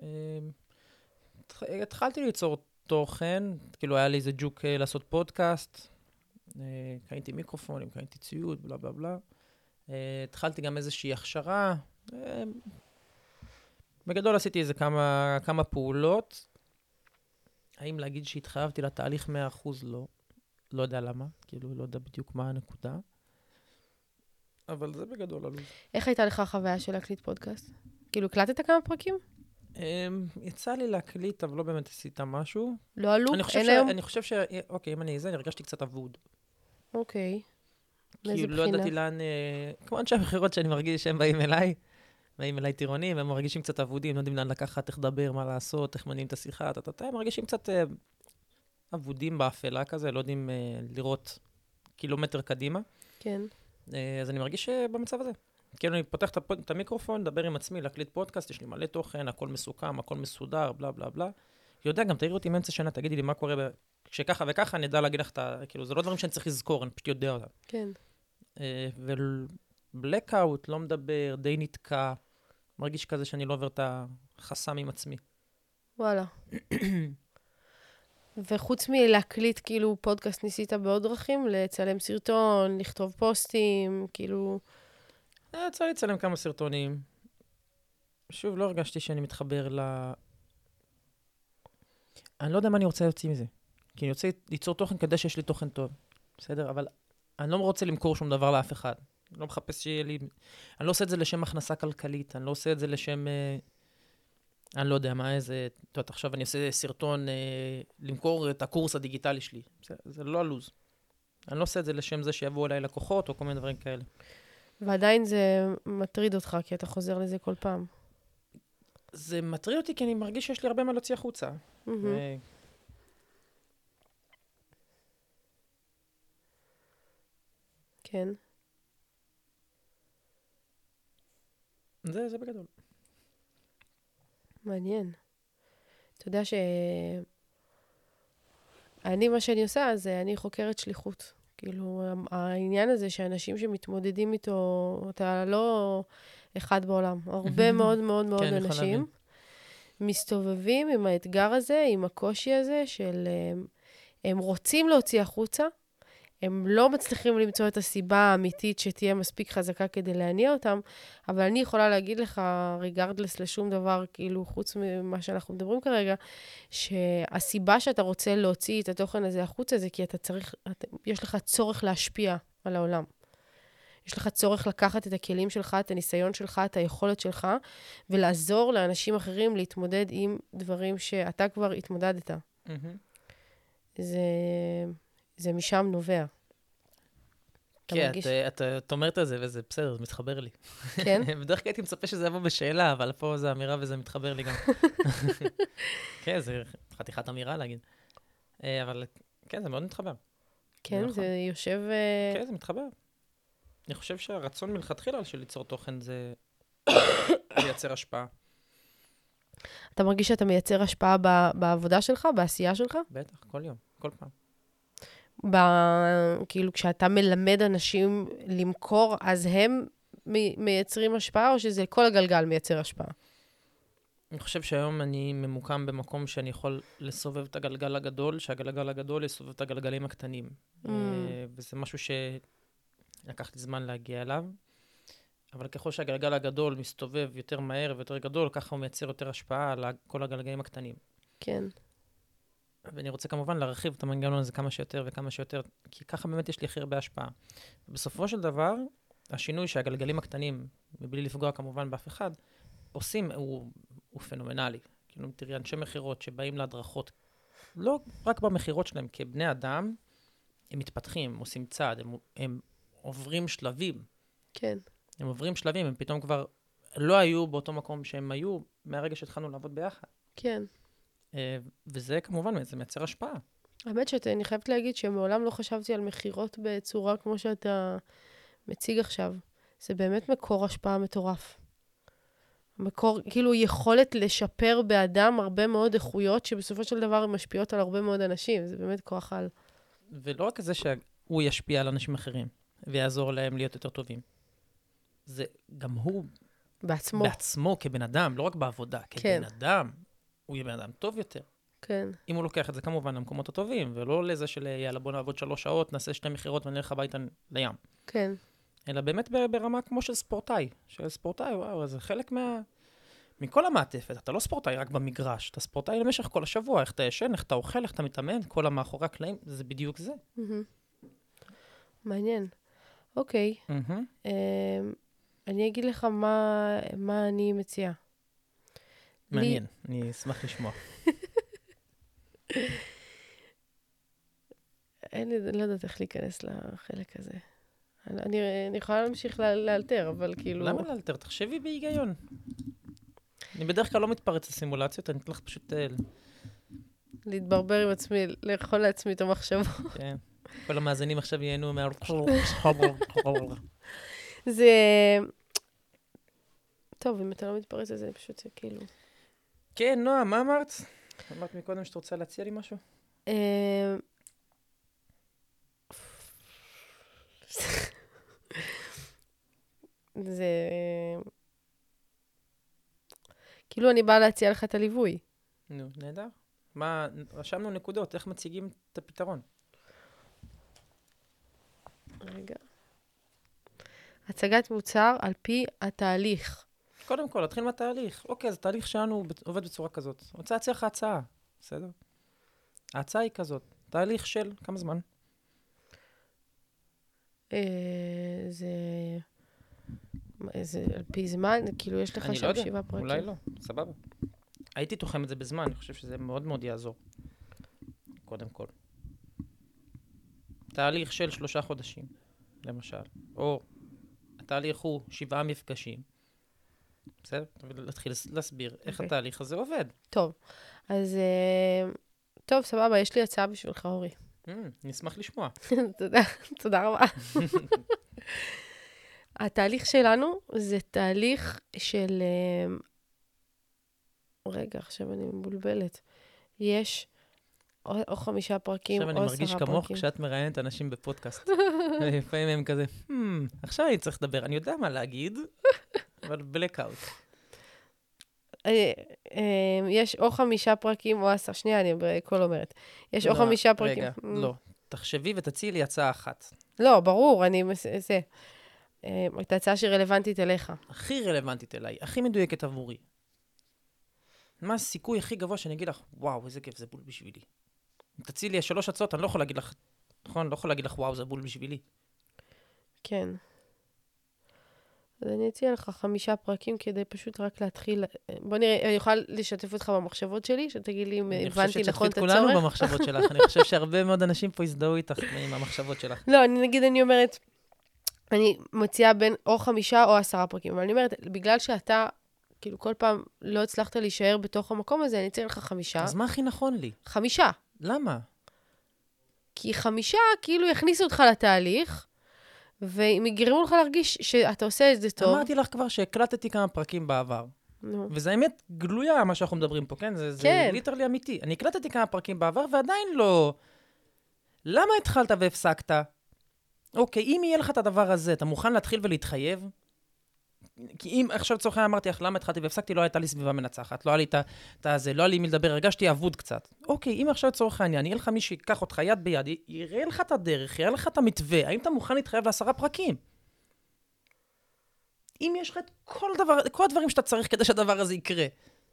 התחלתי ליצור תוכן, כאילו היה לי איזה ג'וק לעשות פודקאסט, קניתי מיקרופונים, קניתי ציוד, בלה בלה בלה. התחלתי גם איזושהי הכשרה. בגדול עשיתי איזה כמה פעולות. האם להגיד שהתחייבתי לתהליך 100%? לא. לא יודע למה, כאילו לא יודע בדיוק מה הנקודה. אבל זה בגדול עלו. איך הייתה לך החוויה של להקליט פודקאסט? כאילו, הקלטת כמה פרקים? יצא לי להקליט, אבל לא באמת עשית משהו. לא עלו? אין היום? אני חושב אוקיי, אם אני אני הרגשתי קצת אבוד. אוקיי. מאיזה כאילו, לא בחינה? ידעתי לאן... כמו אנשי המכירות שאני מרגיש שהם באים אליי טירונים, הם מרגישים קצת אבודים, לא יודעים לאן לקחת, איך לדבר, מה לעשות, איך מניעים את השיחה, הם מרגישים קצת אבודים באפלה כזה, לא יודעים לראות קילומטר קדימה. כן. אז אני מרגיש במצב הזה. כאילו, אני פותח את המיקרופון, לדבר עם עצמי, להקליט פודקאסט, יש לי מלא תוכן, הכל מסוכם, הכל מסודר, בלה בלה בלה. יודע, גם תראי אותי מאמצע שנה, תגידי לי מה קורה כשככה וככה, אני יודע להגיד לך כאילו, זה לא דברים שאני צריך לזכור, אני פשוט יודע אותם. כן. ובלקאוט, לא מדבר, די נתקע, מרגיש כזה שאני לא עובר את החסם עם עצמי. וואלה. וחוץ מלהקליט כאילו פודקאסט, ניסית בעוד דרכים? לצלם סרטון, לכתוב פוסטים, כאילו... יצא לי לצלם כמה סרטונים. שוב, לא הרגשתי שאני מתחבר אני לא יודע מה אני רוצה להוציא מזה. כי אני רוצה ליצור תוכן כדי שיש לי תוכן טוב. בסדר? אבל אני לא רוצה למכור שום דבר לאף אחד. אני לא מחפש שיהיה לי... אני לא עושה את זה לשם הכנסה כלכלית. אני לא עושה את זה לשם... אני לא יודע מה איזה... עכשיו אני עושה סרטון למכור את הקורס הדיגיטלי שלי. זה לא הלוז. אני לא עושה את זה לשם זה שיבואו אליי לקוחות או כל מיני דברים כאלה. ועדיין זה מטריד אותך, כי אתה חוזר לזה כל פעם. זה מטריד אותי כי אני מרגיש שיש לי הרבה מה להוציא החוצה. כן. זה בגדול. מעניין. אתה יודע מה שאני עושה, זה אני חוקרת שליחות. כאילו, העניין הזה שאנשים שמתמודדים איתו, אתה לא אחד בעולם. הרבה מאוד מאוד מאוד כן, אני יכול להבין. אנשים מסתובבים עם האתגר הזה, עם הקושי הזה של הם רוצים להוציא החוצה, הם לא מצליחים למצוא את הסיבה האמיתית שתהיה מספיק חזקה כדי להניע אותם, אבל אני יכולה להגיד לך, ריגרדלס לשום דבר, כאילו, חוץ ממה שאנחנו מדברים כרגע, שהסיבה שאתה רוצה להוציא את התוכן הזה החוצה, זה כי יש לך צורך להשפיע על העולם. יש לך צורך לקחת את הכלים שלך, את הניסיון שלך, את היכולת שלך, ולעזור לאנשים אחרים להתמודד עם דברים שאתה כבר התמודדת. זה משם נובע. כן, את אומרת את זה, וזה בסדר, זה מתחבר לי. כן? בדרך כלל הייתי מצפה שזה יבוא בשאלה, אבל פה זה אמירה וזה מתחבר לי גם. כן, זה חתיכת אמירה להגיד. אבל כן, זה מאוד מתחבר. כן, זה יושב... כן, זה מתחבר. אני חושב שהרצון מלכתחילה של ליצור תוכן זה לייצר השפעה. אתה מרגיש שאתה מייצר השפעה בעבודה שלך, בעשייה שלך? בטח, כל יום, כל פעם. כאילו, כשאתה מלמד אנשים למכור, אז הם מייצרים השפעה, או שזה כל הגלגל מייצר השפעה? אני חושב שהיום אני ממוקם במקום שאני יכול לסובב את הגלגל הגדול, שהגלגל הגדול יסובב את הגלגלים הקטנים. וזה משהו שלקח לי זמן להגיע אליו. אבל ככל שהגלגל הגדול מסתובב יותר מהר ויותר גדול, ככה הוא מייצר יותר השפעה על כל הגלגלים הקטנים. כן. ואני רוצה כמובן להרחיב את המנגנון הזה כמה שיותר וכמה שיותר, כי ככה באמת יש לי הכי הרבה השפעה. בסופו של דבר, השינוי שהגלגלים הקטנים, מבלי לפגוע כמובן באף אחד, עושים, הוא פנומנלי. כאילו, תראי, אנשי מחירות שבאים להדרכות, לא רק במחירות שלהם, כבני אדם, הם מתפתחים, הם עושים צעד, הם עוברים שלבים. כן. הם עוברים שלבים, הם פתאום כבר לא היו באותו מקום שהם היו, מהרגע שהתחלנו לעבוד ביחד. כן. וזה כמובן, זה מייצר השפעה. האמת שאני חייבת להגיד שמעולם לא חשבתי על מחירות בצורה כמו שאתה מציג עכשיו. זה באמת מקור השפעה מטורף. מקור, כאילו, יכולת לשפר באדם הרבה מאוד איכויות, שבסופו של דבר הן משפיעות על הרבה מאוד אנשים. זה באמת כוח על. ולא רק זה שהוא ישפיע על אנשים אחרים, ויעזור להם להיות יותר טובים. זה גם הוא בעצמו כבן אדם, לא רק בעבודה, כבן אדם, הוא יהיה בן אדם טוב יותר. כן. אם הוא לוקח את זה כמובן למקומות הטובים, ולא לזה של יאללה בוא נעבוד 3 שעות, נעשה 2 מחירות ונלך הביתה לים. כן. אלא באמת ברמה כמו של ספורטאי. של ספורטאי, וואו, זה חלק מכל המעטפת. אתה לא ספורטאי רק במגרש, אתה ספורטאי למשך כל השבוע, איך אתה ישן, איך אתה אוכל, איך אתה מתאמן, כל המאחורי הקלעים, זה בדיוק זה. מעניין. אוקיי. אני אגיד לך מה אני מציעה. מעניין, אני אשמח לשמוע. לא יודעת איך להיכנס לחלק הזה. אני יכולה להמשיך לאלתר, אבל כאילו... למה לאלתר? תחשבי בהיגיון. אני בדרך כלל לא מתפרץ לסימולציות, אני אתן לך פשוט... להתברבר עם עצמי, לאכול לעצמי את המחשבות. כן. כל המאזינים עכשיו ייהנו מה... זה... טוב, אם אתה לא מתפרץ לזה, פשוט זה כאילו... כן, נועה, מה אמרת? אמרת מקודם שאתה רוצה להציע לי משהו? זה... כאילו אני באה להציע לך את הליווי. נו, נהדר. מה, רשמנו נקודות, איך מציגים את הפתרון? רגע. הצגת מוצר על פי התהליך. קודם כל, להתחיל מהתהליך. אוקיי, אז התהליך שלנו עובד בצורה כזאת. אני רוצה להציע לך הצעה, בסדר? ההצעה היא כזאת. תהליך של כמה זמן? זה על פי זמן? כאילו, יש לך שם 7 פרקים. אולי לא, סבבה. הייתי תוחם את זה בזמן, אני חושב שזה מאוד מאוד יעזור. קודם כל. תהליך של 3 חודשים, למשל. או התהליך הוא 7 מפגשים. בסדר? להתחיל להסביר איך התהליך הזה עובד. טוב, אז... טוב, סבבה, יש לי הצעה בשבילך, אורי. נשמח לשמוע. תודה רבה. התהליך שלנו זה תהליך של... רגע, עכשיו אני מבולבלת. יש או 5 פרקים, או 10 עכשיו פרקים. אני מרגיש כמוך כשאת מראיינת אנשים בפודקאסט. לפעמים הם כזה, עכשיו אני צריך לדבר, אני יודע מה להגיד, אבל בלקאוט. יש או 5 פרקים או 10, שנייה, אני בכל אומרת. יש או 5 פרקים. רגע, לא. תחשבי ותציעי לי הצעה אחת. לא, ברור, זה. את ההצעה שרלוונטית אליך. הכי רלוונטית אליי, הכי מדויקת עבורי. מה הסיכוי הכי גבוה שאני אגיד לך, וואו, איזה כיף, זה בול בשבילי. אם תציעי לי 3 הצעות, אני לא יכול להגיד לך, נכון? לא יכול להגיד לך, וואו, זה בול בשבילי. כן. אז אני אציע לך 5 פרקים כדי פשוט רק להתחיל. בוא נראה, אני יכולה לשתף אותך במחשבות שלי, שתגיד לי אם הבנתי נכון את הצורך. אני חושב שתשתפי את כולנו במחשבות שלך. אני חושב שהרבה מאוד אנשים פה הזדהו איתך עם המחשבות שלך. לא, אני אומרת, אני מציעה בין או 5 או 10 פרקים, אבל אני אומרת, בגלל שאתה, כאילו כל פעם לא הצלחת להישאר בתוך המקום הזה, אני אציע לך 5. אז מה הכי נכון לי? 5. למה? כי 5 כאילו יכניסו אותך לתהליך, והם יגרמו לך להרגיש שאתה עושה את זה טוב. אמרתי לך כבר שהקלטתי כמה פרקים בעבר. וזה האמת גלויה מה שאנחנו מדברים פה, כן? זה ליטרלי אמיתי. אני הקלטתי כמה פרקים בעבר ועדיין לא... למה התחלת והפסקת? אוקיי, אם יהיה לך את הדבר הזה, אתה מוכן להתחיל ולהתחייב? כי אם עכשיו צורך אמרתי לך, למה התחלתי והפסקתי, לא הייתה לי סביבה מנצחת, לא היה לי את זה, לא היה לי מי לדבר, הרגשתי אבוד קצת. אוקיי, אם עכשיו צורך העניין, יהיה לך מי שיקח אותך יד ביד, יראה לך את הדרך, יראה לך את המתווה, האם אתה מוכן להתחייב ל10 פרקים? אם יש לך את כל הדברים שאתה צריך כדי שהדבר הזה יקרה.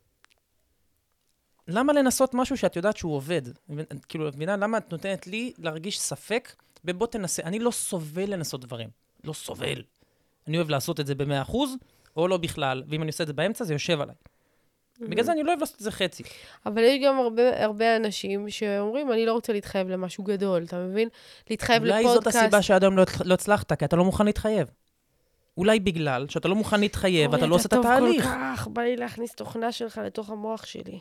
למה לנסות משהו שאת יודעת שהוא עובד? כאילו, את מבינה, למה את נותנת לי להרגיש ספק? בוא תנסה. אני לא סובל לנסות דברים. לא סובל. אני אוהב לעשות את זה ב100%, או לא בכלל, ואם אני עושה את זה באמצע, זה יושב עליי. בגלל זה אני לא אוהב לעשות את זה חצי. אבל יש גם הרבה אנשים שאומרים, אני לא רוצה להתחייב למשהו גדול, אתה מבין? להתחייב לפודקאסט. אולי זאת הסיבה שעד לא הצלחת, כי אתה לא מוכן להתחייב. אולי בגלל שאתה לא מוכן להתחייב, ואתה לא עושה את התהליך. אתה טוב כל כך, בא לי להכניס תוכנה שלך לתוך המוח שלי.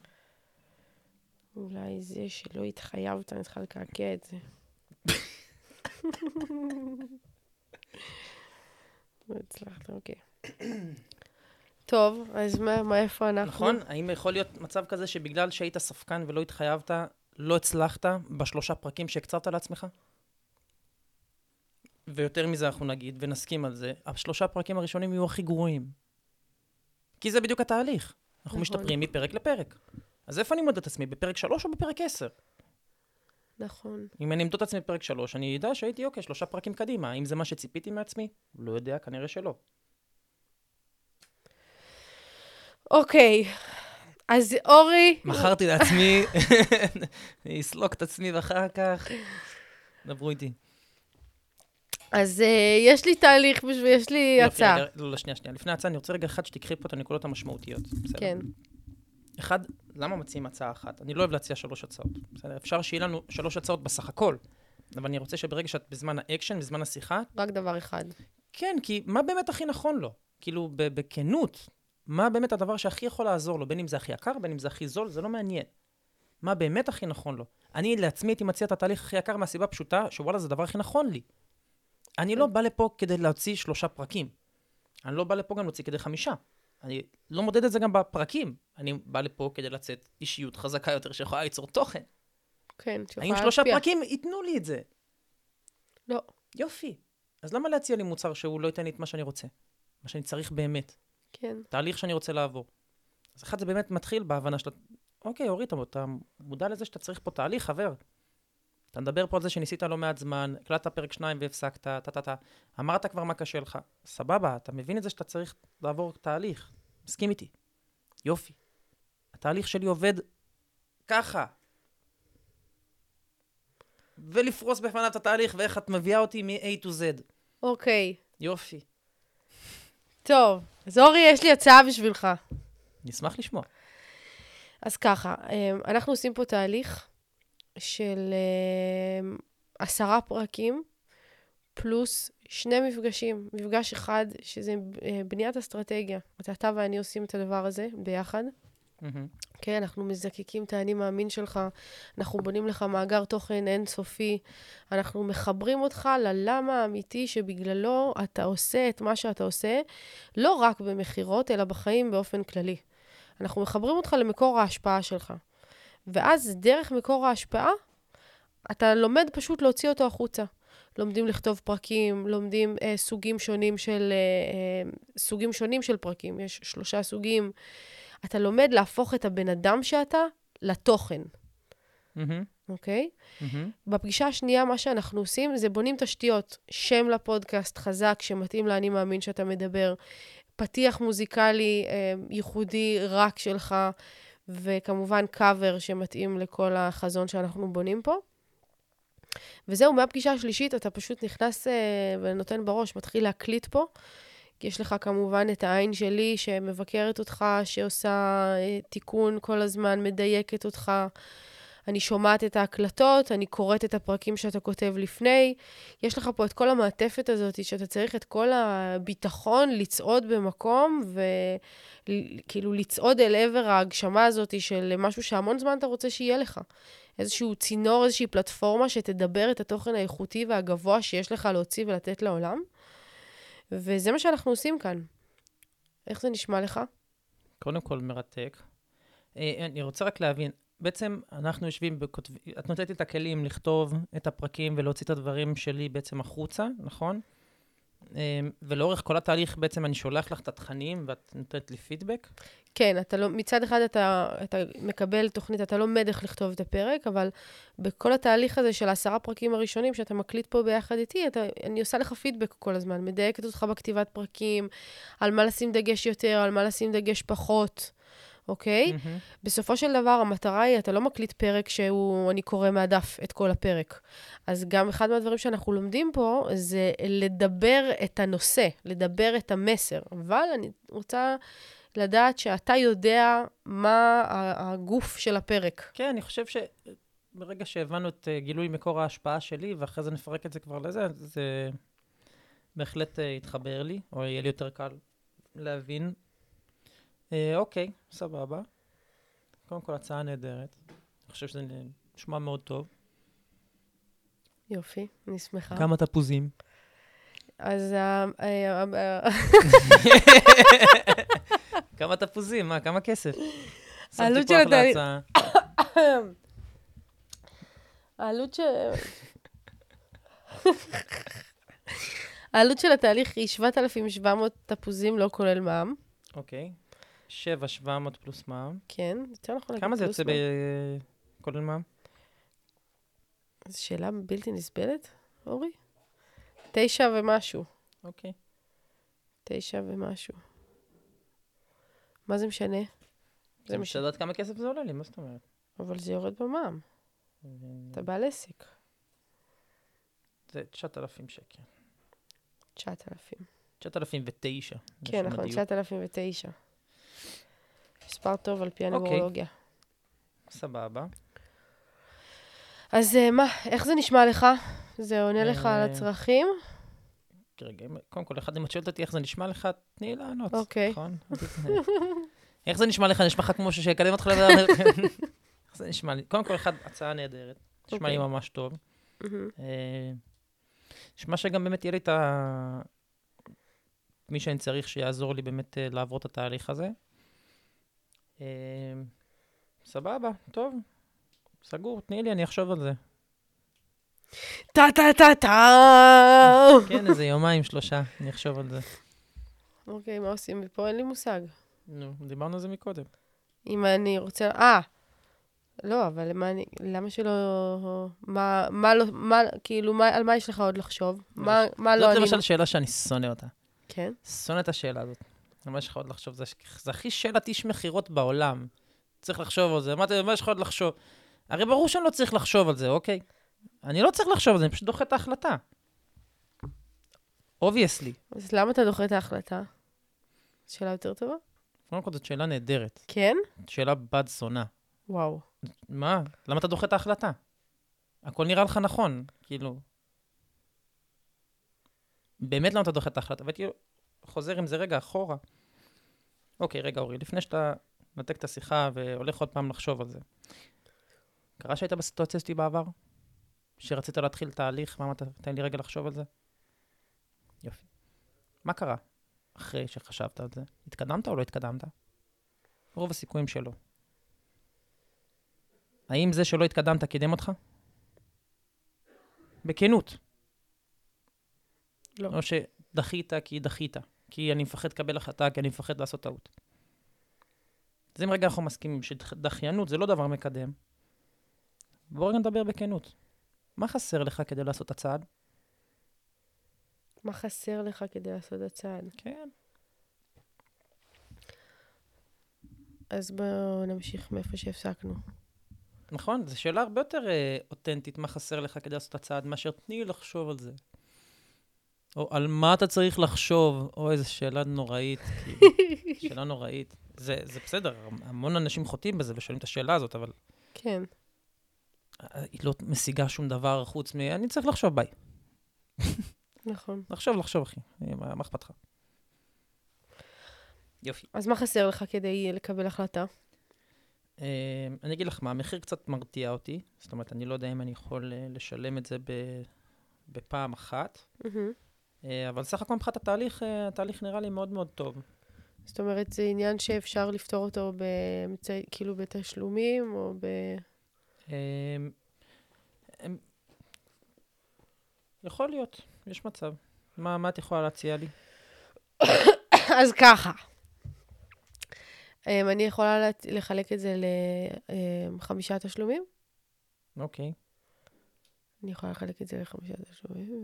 אולי זה שלא התחייבת, אני צריכה לקעקע את זה. לא הצלחת, אוקיי. טוב, אז מה איפה אנחנו? נכון? האם יכול להיות מצב כזה שבגלל שהיית ספקן ולא התחייבת, לא הצלחת ב3 פרקים שהקצבת לעצמך? ויותר מזה אנחנו נגיד, ונסכים על זה, 3 פרקים הראשונים יהיו הכי גרועים. כי זה בדיוק התהליך. אנחנו משתפרים מפרק לפרק. אז איפה אני מודד את עצמי? בפרק 3 או בפרק 10? נכון. אם אני אמדוד את עצמי בפרק 3, אני יודע שהייתי, אוקיי, 3 פרקים קדימה. אם זה מה שציפיתי מעצמי? לא יודע, כנראה שלא. אוקיי. אז אורי... מכרתי לעצמי, אסלוק את עצמי ואחר כך. דברו איתי. אז יש לי תהליך יש לי הצעה. לא, שנייה. לפני ההצעה, אני רוצה רגע אחד שתקחי פה את הנקודות המשמעותיות. כן. אחד, למה מציעים הצעה אחת? אני לא אוהב להציע 3 הצעות. בסדר? אפשר שיהיה לנו 3 הצעות בסך הכל, אבל אני רוצה שברגע שאת בזמן האקשן, בזמן השיחה... רק דבר אחד. כן, כי מה באמת הכי נכון לו? כאילו, בכנות, מה באמת הדבר שהכי יכול לעזור לו? בין אם זה הכי יקר, בין אם זה הכי זול, זה לא מעניין. מה באמת הכי נכון לו? אני לעצמי הייתי מציע את התהליך הכי יקר מהסיבה פשוטה, שוואלה, זה הדבר הכי נכון לי. אני לא בא לפה כדי להוציא 3 פרקים. אני לא בא לפה גם להוציא כדי 5. אני לא מודד את זה גם בפרקים. אני בא לפה כדי לצאת אישיות חזקה יותר שיכולה ליצור תוכן. כן, שיכולה האם 3 פרקים ייתנו לי את זה? לא. יופי. אז למה להציע לי מוצר שהוא לא ייתן לי את מה שאני רוצה? מה שאני צריך באמת. כן. תהליך שאני רוצה לעבור. אז אחד זה באמת מתחיל בהבנה שאתה, אוקיי, אורי, אתה מודע לזה שאתה צריך פה תהליך, חבר. אתה מדבר פה על זה שניסית לא מעט זמן, הקלטת פרק 2 והפסקת, אמרת כבר מה קשה לך. סבבה, אתה מבין את זה שאתה צריך לעבור תהליך. מסכים איתי. יופי. התהליך שלי עובד ככה. ולפרוס בפניו את התהליך, ואיך את מביאה אותי מ-A to Z. אוקיי. יופי. טוב, אז אורי, יש לי הצעה בשבילך. נשמח לשמוע. אז ככה, אנחנו עושים פה תהליך של 10 פרקים, פלוס 2 מפגשים. מפגש אחד, שזה בניית אסטרטגיה. אתה ואני עושים את הדבר הזה ביחד. כן, אנחנו מזקקים את האני מאמין שלך, אנחנו בונים לך מאגר תוכן אינסופי, אנחנו מחברים אותך ללמה האמיתי שבגללו אתה עושה את מה שאתה עושה, לא רק במחירות, אלא בחיים באופן כללי. אנחנו מחברים אותך למקור ההשפעה שלך. ואז דרך מקור ההשפעה, אתה לומד פשוט להוציא אותו החוצה. לומדים לכתוב פרקים, לומדים סוגים שונים של פרקים. יש 3 סוגים. אתה לומד להפוך את הבן אדם שאתה לתוכן. אוקיי? בפגישה השנייה, מה שאנחנו עושים, זה בונים תשתיות. שם לפודקאסט חזק, שמתאים לאני מאמין שאתה מדבר. פתיח מוזיקלי ייחודי רק שלך, וכמובן קאבר שמתאים לכל החזון שאנחנו בונים פה. וזהו, מהפגישה השלישית אתה פשוט נכנס ונותן בראש, מתחיל להקליט פה. יש לך כמובן את העין שלי שמבקרת אותך, שעושה תיקון כל הזמן, מדייקת אותך. אני שומעת את ההקלטות, אני קוראת את הפרקים שאתה כותב לפני. יש לך פה את כל המעטפת הזאת, שאתה צריך את כל הביטחון לצעוד במקום, וכאילו לצעוד אל עבר ההגשמה הזאת של משהו שהמון זמן אתה רוצה שיהיה לך. איזשהו צינור, איזושהי פלטפורמה שתדבר את התוכן האיכותי והגבוה שיש לך להוציא ולתת לעולם. וזה מה שאנחנו עושים כאן. איך זה נשמע לך? קודם כל מרתק. אני רוצה רק להבין, בעצם אנחנו יושבים, את נותנת לי את הכלים לכתוב את הפרקים ולהוציא את הדברים שלי בעצם החוצה, נכון? ולאורך כל התהליך בעצם אני שולח לך את התכנים ואת נותנת לי פידבק? כן, מצד אחד אתה מקבל תוכנית, אתה לומד איך לכתוב את הפרק, אבל בכל התהליך הזה של 10 פרקים הראשונים שאתה מקליט פה ביחד איתי, אני עושה לך פידבק כל הזמן, מדייקת אותך בכתיבת פרקים, על מה לשים דגש יותר, על מה לשים דגש פחות, אוקיי? בסופו של דבר, המטרה היא, אתה לא מקליט פרק אני קורא מהדף את כל הפרק. אז גם אחד מהדברים שאנחנו לומדים פה, זה לדבר את הנושא, לדבר את המסר. אבל אני רוצה לדעת שאתה יודע מה הגוף של הפרק. כן, אני חושב שברגע שהבנו את גילוי מקור ההשפעה שלי, ואחרי זה נפרק את זה כבר לזה, זה בהחלט יתחבר לי, או יהיה לי יותר קל להבין. אוקיי, סבבה. קודם כל, הצעה נהדרת. אני חושב שזה נשמע מאוד טוב. יופי, אני שמחה. כמה תפוזים? אז כמה תפוזים? מה? כמה כסף? העלות שמתי של כוח להצעה. העלות של התהליך היא 7,700 תפוזים, לא כולל מע"מ. אוקיי. 7,700 פלוס מע"מ. כן, יותר נכון להגיד כמה זה פלוס יוצא מע"מ. כולל מע"מ? זו שאלה בלתי נסבלת, אורי? 9 ומשהו. אוקיי. 9 ומשהו. מה זה משנה? זה משנה לדעת כמה כסף זה עולה לי, מה זאת אומרת? אבל זה יורד במע"מ. אתה בעל עסק. זה 9,000 שקל. 9,000. 9,009. כן, נכון, 9,009. מספר טוב על פי הנומרולוגיה. סבבה. אז מה, איך זה נשמע לך? זה עונה לך על הצרכים? רגע, קודם כל, אם את שואלת אותי איך זה נשמע לך, תני לענות. אוקיי. נכון? איך זה נשמע לך? נשמע לך כמו שיקדם אותך לדבר. איך זה נשמע לי? קודם כל, הצעה נהדרת. נשמע לי ממש טוב. נשמע שגם באמת יהיה לי את מי שאני צריך שיעזור לי באמת לעבור את התהליך הזה. סבבה, טוב. סגור, תני לי, אני אחשוב על זה. טה-טה-טה-טה! כן, איזה 2-3, אני אחשוב על זה. אוקיי, מה עושים מפה? אין לי מושג. נו, דיברנו על זה מקודם. אם אני רוצה... לא, אבל למה שלא... על מה יש לך עוד לחשוב? מה לא זאת אני... למשל שאלה שאני שונא אותה. כן? שונא את השאלה הזאת. מה יש לך עוד לחשוב? זה הכי שאלת איש מחירות בעולם. צריך לחשוב על זה. מה יש לך עוד לחשוב? הרי ברור שאני לא צריך לחשוב על זה, אוקיי? אני לא צריך לחשוב על זה, אני פשוט דוחה את ההחלטה. Obviously. אז למה אתה דוחה את ההחלטה? שאלה יותר טובה? קודם כל, זאת שאלה נהדרת. כן? שאלה בת זונה. וואו. מה? למה אתה דוחה את ההחלטה? הכל נראה לך נכון, כאילו. באמת למה אתה דוחה את ההחלטה? והייתי חוזר עם זה רגע אחורה. אוקיי, רגע, אורי, לפני שאתה נתק את השיחה והולך עוד פעם לחשוב על זה. קרה שהיית בסיטואציה שלי בעבר? שרצית להתחיל תהליך? מה, תן לי רגע לחשוב על זה? יופי. מה קרה אחרי שחשבת על זה? התקדמת או לא התקדמת? רוב הסיכויים שלו. האם זה שלא התקדמת קידם אותך? בכנות. לא. או שדחית כי דחית. כי אני מפחד לקבל החלטה, כי אני מפחד לעשות טעות. אז אם רגע אנחנו מסכימים שדחיינות זה לא דבר מקדם, בואו רגע נדבר בכנות. מה חסר לך כדי לעשות את הצעד? מה חסר לך כדי לעשות את הצעד? כן. אז בואו נמשיך מאיפה שהפסקנו. נכון, זו שאלה הרבה יותר אותנטית, מה חסר לך כדי לעשות את הצעד, מאשר תני לי לחשוב על זה. או על מה אתה צריך לחשוב, או איזו שאלה נוראית, כאילו, שאלה נוראית. זה בסדר, המון אנשים חוטאים בזה ושואלים את השאלה הזאת, אבל כן. היא לא משיגה שום דבר חוץ אני צריך לחשוב, ביי. נכון. לחשוב, אחי. מה אכפת לך? יופי. אז מה חסר לך כדי לקבל החלטה? אני אגיד לך מה, המחיר קצת מרתיע אותי. זאת אומרת, אני לא יודע אם אני יכול לשלם את זה בפעם אחת. אבל סך הכל מבחינת התהליך נראה לי מאוד מאוד טוב. זאת אומרת, זה עניין שאפשר לפתור אותו כאילו בתשלומים או יכול להיות, יש מצב. מה את יכולה להציע לי? אז ככה. אני יכולה לחלק את זה ל5 תשלומים. אוקיי. אני יכולה לחלק את זה ל5 תשלומים,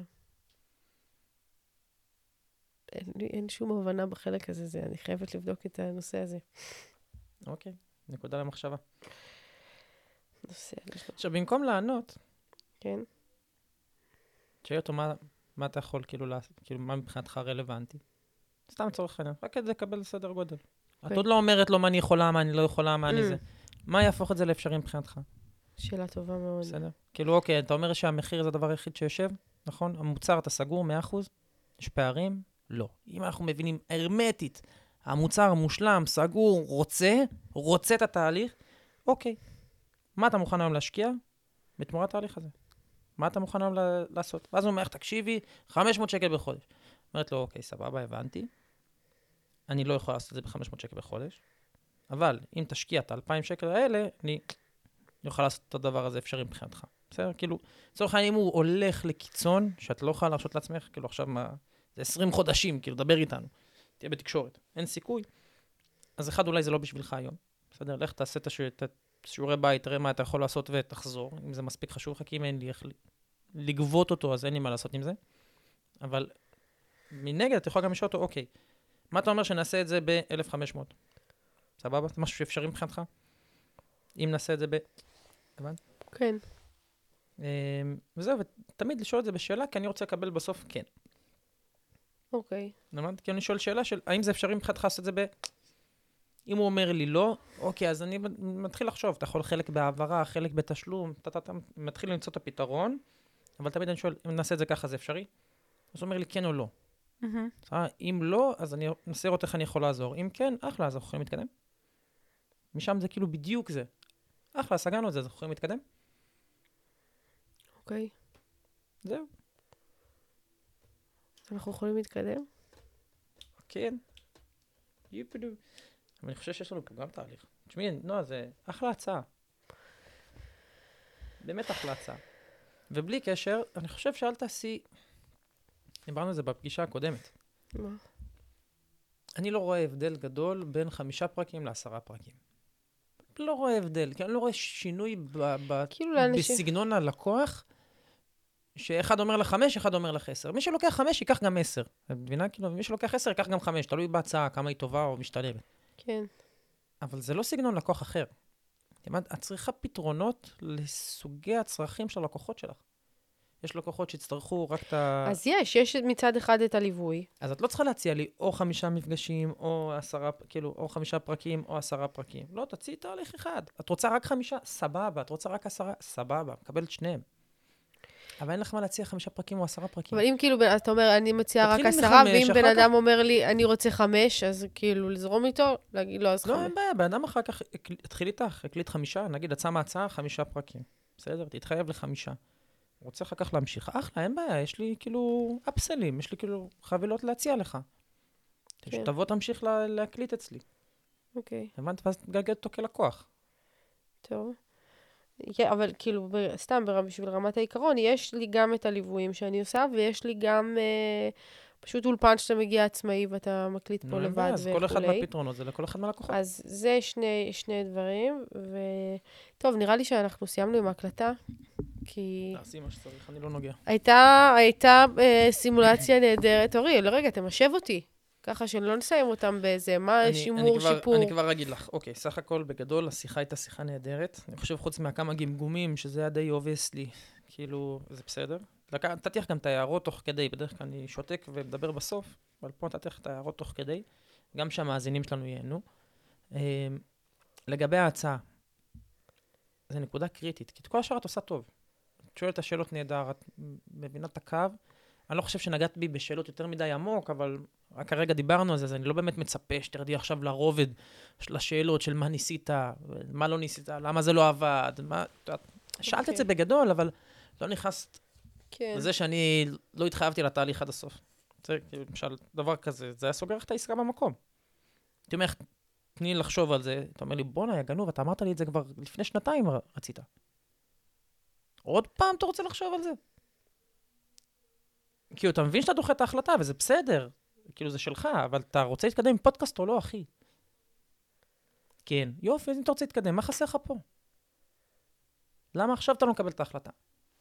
אין שום הבנה בחלק הזה, אני חייבת לבדוק את הנושא הזה. אוקיי, נקודה למחשבה. נושא. עכשיו, במקום לענות, כן. תשאלי אותו מה אתה יכול, כאילו, מה מבחינתך רלוונטי. סתם צורך העניין, רק כדי לקבל סדר גודל. את עוד לא אומרת לו מה אני יכולה, מה אני לא יכולה, מה אני זה. מה יהפוך את זה לאפשרי מבחינתך? שאלה טובה מאוד. בסדר. כאילו, אוקיי, אתה אומר שהמחיר זה הדבר היחיד שיושב, נכון? המוצר אתה סגור 100%, יש פערים? לא. אם אנחנו מבינים הרמטית, המוצר מושלם, סגור, רוצה את התהליך, אוקיי. מה אתה מוכן היום להשקיע? בתמורת התהליך הזה. מה אתה מוכן היום לעשות? ואז הוא אומר, תקשיבי, 500 שקל בחודש. אומרת לו, אוקיי, סבבה, הבנתי. אני לא יכול לעשות את זה ב-500 שקל בחודש, אבל אם תשקיע את ה-2,000 שקל האלה, אני אוכל לעשות את הדבר הזה אפשרי מבחינתך. בסדר? כאילו, לצורך העניין, אם הוא הולך לקיצון, שאת לא יכולה להרשות לעצמך, כאילו עכשיו זה 20 חודשים, כאילו, דבר איתנו. תהיה בתקשורת. אין סיכוי. אז אחד, אולי זה לא בשבילך היום. בסדר? לך תעשה את שיעורי בית, תראה מה אתה יכול לעשות ותחזור, אם זה מספיק חשוב לך, כי אם אין לי איך לגבות אותו, אז אין לי מה לעשות עם זה. אבל מנגד, אתה יכול גם לשאול אותו, אוקיי, מה אתה אומר שנעשה את זה ב-1,500? סבבה? זה משהו שאפשרי מבחינתך? אם נעשה את זה הבנת? כן. וזהו, ותמיד לשאול את זה בשאלה, כי אני רוצה לקבל בסוף כן. אוקיי. הבנת? כי אני שואל שאלה של, האם זה אפשרי מבחינתך לעשות את זה אם הוא אומר לי לא, אוקיי, אז אני מתחיל לחשוב, אתה יכול חלק בהעברה, חלק בתשלום, אתה מתחיל למצוא את הפתרון, אבל תמיד אני שואל, אם נעשה את זה ככה, זה אפשרי? אז הוא אומר לי כן או לא. אם לא, אז אני אנסה לראות איך אני יכול לעזור. אם כן, אחלה, אז אנחנו יכולים להתקדם. משם זה כאילו בדיוק זה. אחלה, סגרנו את זה, אז אנחנו יכולים להתקדם. אוקיי. זהו. אנחנו יכולים להתקדם? כן. יופדו. אבל אני חושב שיש לנו פה גם תהליך. תשמעי, נועה, זה אחלה הצעה. באמת אחלה הצעה. ובלי קשר, אני חושב שאל תעשי... דיברנו על זה בפגישה הקודמת. מה? אני לא רואה הבדל גדול בין 5 פרקים ל10 פרקים. לא רואה הבדל, כי אני לא רואה שינוי בסגנון הלקוח, שאחד אומר לך 5, אחד אומר לך 10. מי שלוקח 5, ייקח גם 10. את מבינה? כאילו, מי שלוקח 10, ייקח גם 5. תלוי בהצעה, כמה היא טובה או משתלמת. כן. אבל זה לא סגנון לקוח אחר. את צריכה פתרונות לסוגי הצרכים של הלקוחות שלך. יש לקוחות שיצטרכו רק את אז יש מצד אחד את הליווי. אז את לא צריכה להציע לי או 5 מפגשים, או 10, כאילו, או 5 פרקים, או 10 פרקים. לא, תציעי תהליך אחד. את רוצה רק 5? סבבה. את רוצה רק 10? סבבה. מקבל את שניהם. אבל אין לך מה להציע 5 פרקים או 10 פרקים. אבל אם כאילו, אתה אומר, אני מציעה רק 10, ואם בן אדם אומר לי, אני רוצה 5, אז כאילו, לזרום איתו, להגיד לו, אז 5. לא, אין בעיה. בן אדם אחר כך התחיל איתך, הקליט 5, נגיד, הצעה מהצעה, 5 פרקים. בסדר? תתחייב ל5. רוצה אחר כך להמשיך. אחלה, אין בעיה, יש לי כאילו אפסלים, יש לי כאילו חבילות להציע לך. שתבוא תמשיך להקליט אצלי. אוקיי. הבנת? ואז תגלגל אותו כלקוח. טוב. כן, אבל כאילו, סתם בשביל רמת העיקרון, יש לי גם את הליוויים שאני עושה, ויש לי גם פשוט אולפן שאתה מגיע עצמאי, ואתה מקליט פה לבד וכולי. אז כל אחד מהפתרונות זה לכל אחד מהלקוחות. אז זה שני דברים, טוב, נראה לי שאנחנו סיימנו עם ההקלטה, כי... תעשי מה שצריך, אני לא נוגע. הייתה סימולציה נהדרת. אורי, לרגע, תמשב אותי. ככה שלא נסיים אותם באיזה, מה שימור, שיפור. אני כבר אגיד לך, אוקיי, סך הכל בגדול, השיחה הייתה שיחה נהדרת. אני חושב חוץ מהכמה גמגומים, שזה היה די obviously, כאילו, זה בסדר. נתתי לך גם את ההערות תוך כדי, בדרך כלל אני שותק ומדבר בסוף, אבל פה נתתי לך את ההערות תוך כדי, גם שהמאזינים שלנו ייהנו. לגבי ההצעה, זו נקודה קריטית, כי את כל השאר את עושה טוב. את שואלת את השאלות נהדר, את מבינה את הקו. אני לא חושב שנגעת בי בשאלות יותר מדי עמוק, אבל רק כרגע דיברנו על זה, אז אני לא באמת מצפה שתרדי עכשיו לרובד של השאלות של מה ניסית, מה לא ניסית, למה זה לא עבד, שאלת את זה בגדול, אבל לא נכנסת לזה שאני לא התחייבתי לתהליך עד הסוף. זה, למשל, דבר כזה, זה היה סוגר לך את העסקה במקום. הייתי אומר, תני לחשוב על זה, אתה אומר לי, בונה, יא גנוב, אתה אמרת לי את זה כבר לפני 2 רצית. עוד פעם אתה רוצה לחשוב על זה? כאילו, אתה מבין שאתה דוחה את ההחלטה, וזה בסדר. כאילו, זה שלך, אבל אתה רוצה להתקדם עם פודקאסט או לא, אחי? כן. יופי, אז אם אתה רוצה להתקדם, מה חסר לך פה? למה עכשיו אתה לא מקבל את ההחלטה?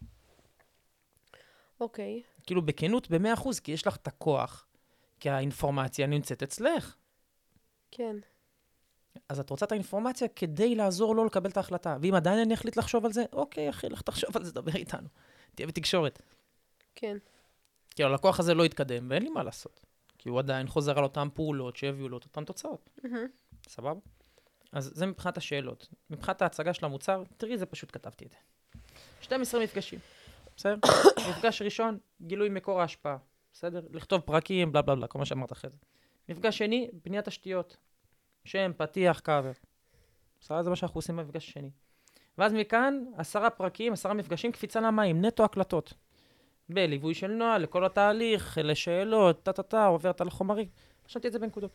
אוקיי. כאילו, בכנות, ב100%, כי יש לך את הכוח, כי האינפורמציה נמצאת אצלך. כן. אז את רוצה את האינפורמציה כדי לעזור לו לקבל את ההחלטה. ואם עדיין אני אחליט לחשוב על זה, אוקיי, אחי, לך תחשוב על זה, דבר איתנו. תהיה בתקשורת. כן. כי הלקוח הזה לא יתקדם, ואין לי מה לעשות. כי הוא עדיין חוזר על אותם פעולות שהביאו לו את אותן תוצאות. סבבה? אז זה מבחינת השאלות. מבחינת ההצגה של המוצר, תראי, זה פשוט כתבתי את זה. 12 מפגשים. בסדר? מפגש ראשון, גילוי מקור ההשפעה. בסדר? לכתוב פרקים, בלה בלה בלה, כל מה שאמרת אחרי זה. מפגש שני, בניית תשתיות. שם, פתיח, קאבר. בסדר? זה מה שאנחנו עושים במפגש השני. ואז מכאן, 10 פרקים, 10 מפגשים, קפיצה למים, נטו הקלטות. בליווי של נועל, לכל התהליך, לשאלות, עוברת על החומרים. חשבתי את זה בנקודות.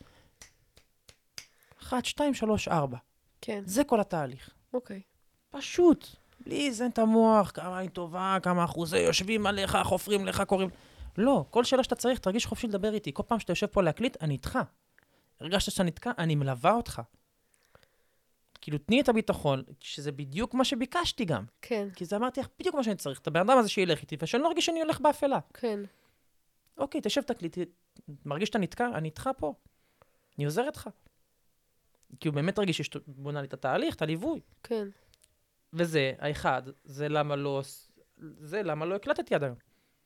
1, 2, 3, 4. כן. זה כל התהליך. אוקיי. פשוט. בלי זן את המוח, כמה היא טובה, כמה אחוזי יושבים עליך, חופרים לך, קוראים. לא, כל שאלה שאתה צריך, תרגיש חופשי לדבר איתי. כל פעם שאתה יושב פה להקליט, אני איתך. הרגשת שאתה נתקע, אני מלווה אותך. כאילו, תני את הביטחון, שזה בדיוק מה שביקשתי גם. כן. כי זה אמרתי לך בדיוק מה שאני צריך. את הבן אדם הזה שילך איתי, ושאני לא ארגיש שאני הולך באפלה. כן. אוקיי, תשב תקליט, מרגיש שאתה נתקע, אני איתך פה. אני עוזרת לך. כי הוא באמת רגיש שבונה לי את התהליך, את הליווי. כן. וזה, האחד, זה למה לא הקלטתי עד היום.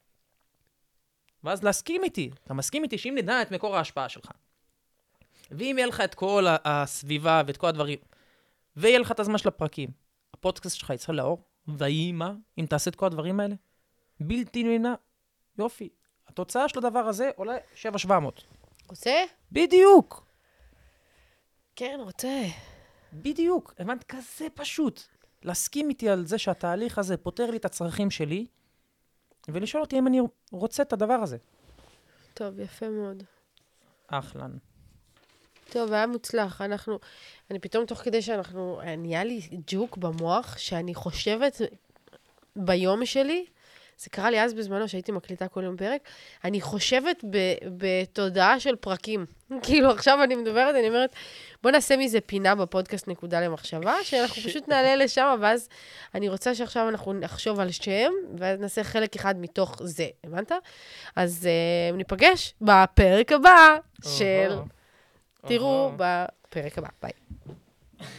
ואז להסכים איתי. אתה מסכים איתי שאם נדע את מקור ההשפעה שלך, ואם יהיה לך את כל הסביבה ואת כל הדברים, ויהיה לך את הזמן של הפרקים, הפודקאסט שלך יצא לאור, והיא מה, אם תעשה את כל הדברים האלה? בלתי נמנע. יופי. התוצאה של הדבר הזה עולה 7,700. רוצה? בדיוק. כן, רוצה. בדיוק. הבנת, כזה פשוט. להסכים איתי על זה שהתהליך הזה פותר לי את הצרכים שלי, ולשאול אותי אם אני רוצה את הדבר הזה. טוב, יפה מאוד. אחלן. טוב, היה מוצלח. אני פתאום תוך כדי נהיה לי ג'וק במוח, שאני חושבת ביום שלי, זה קרה לי אז בזמנו שהייתי מקליטה כל יום פרק, אני חושבת בתודעה של פרקים. כאילו עכשיו אני מדברת, אני אומרת, בוא נעשה מזה פינה בפודקאסט נקודה למחשבה, שאנחנו פשוט נעלה לשם, ואז אני רוצה שעכשיו אנחנו נחשוב על שם, ואז נעשה חלק אחד מתוך זה, הבנת? אז ניפגש בפרק הבא של... תראו בפרק הבא, ביי.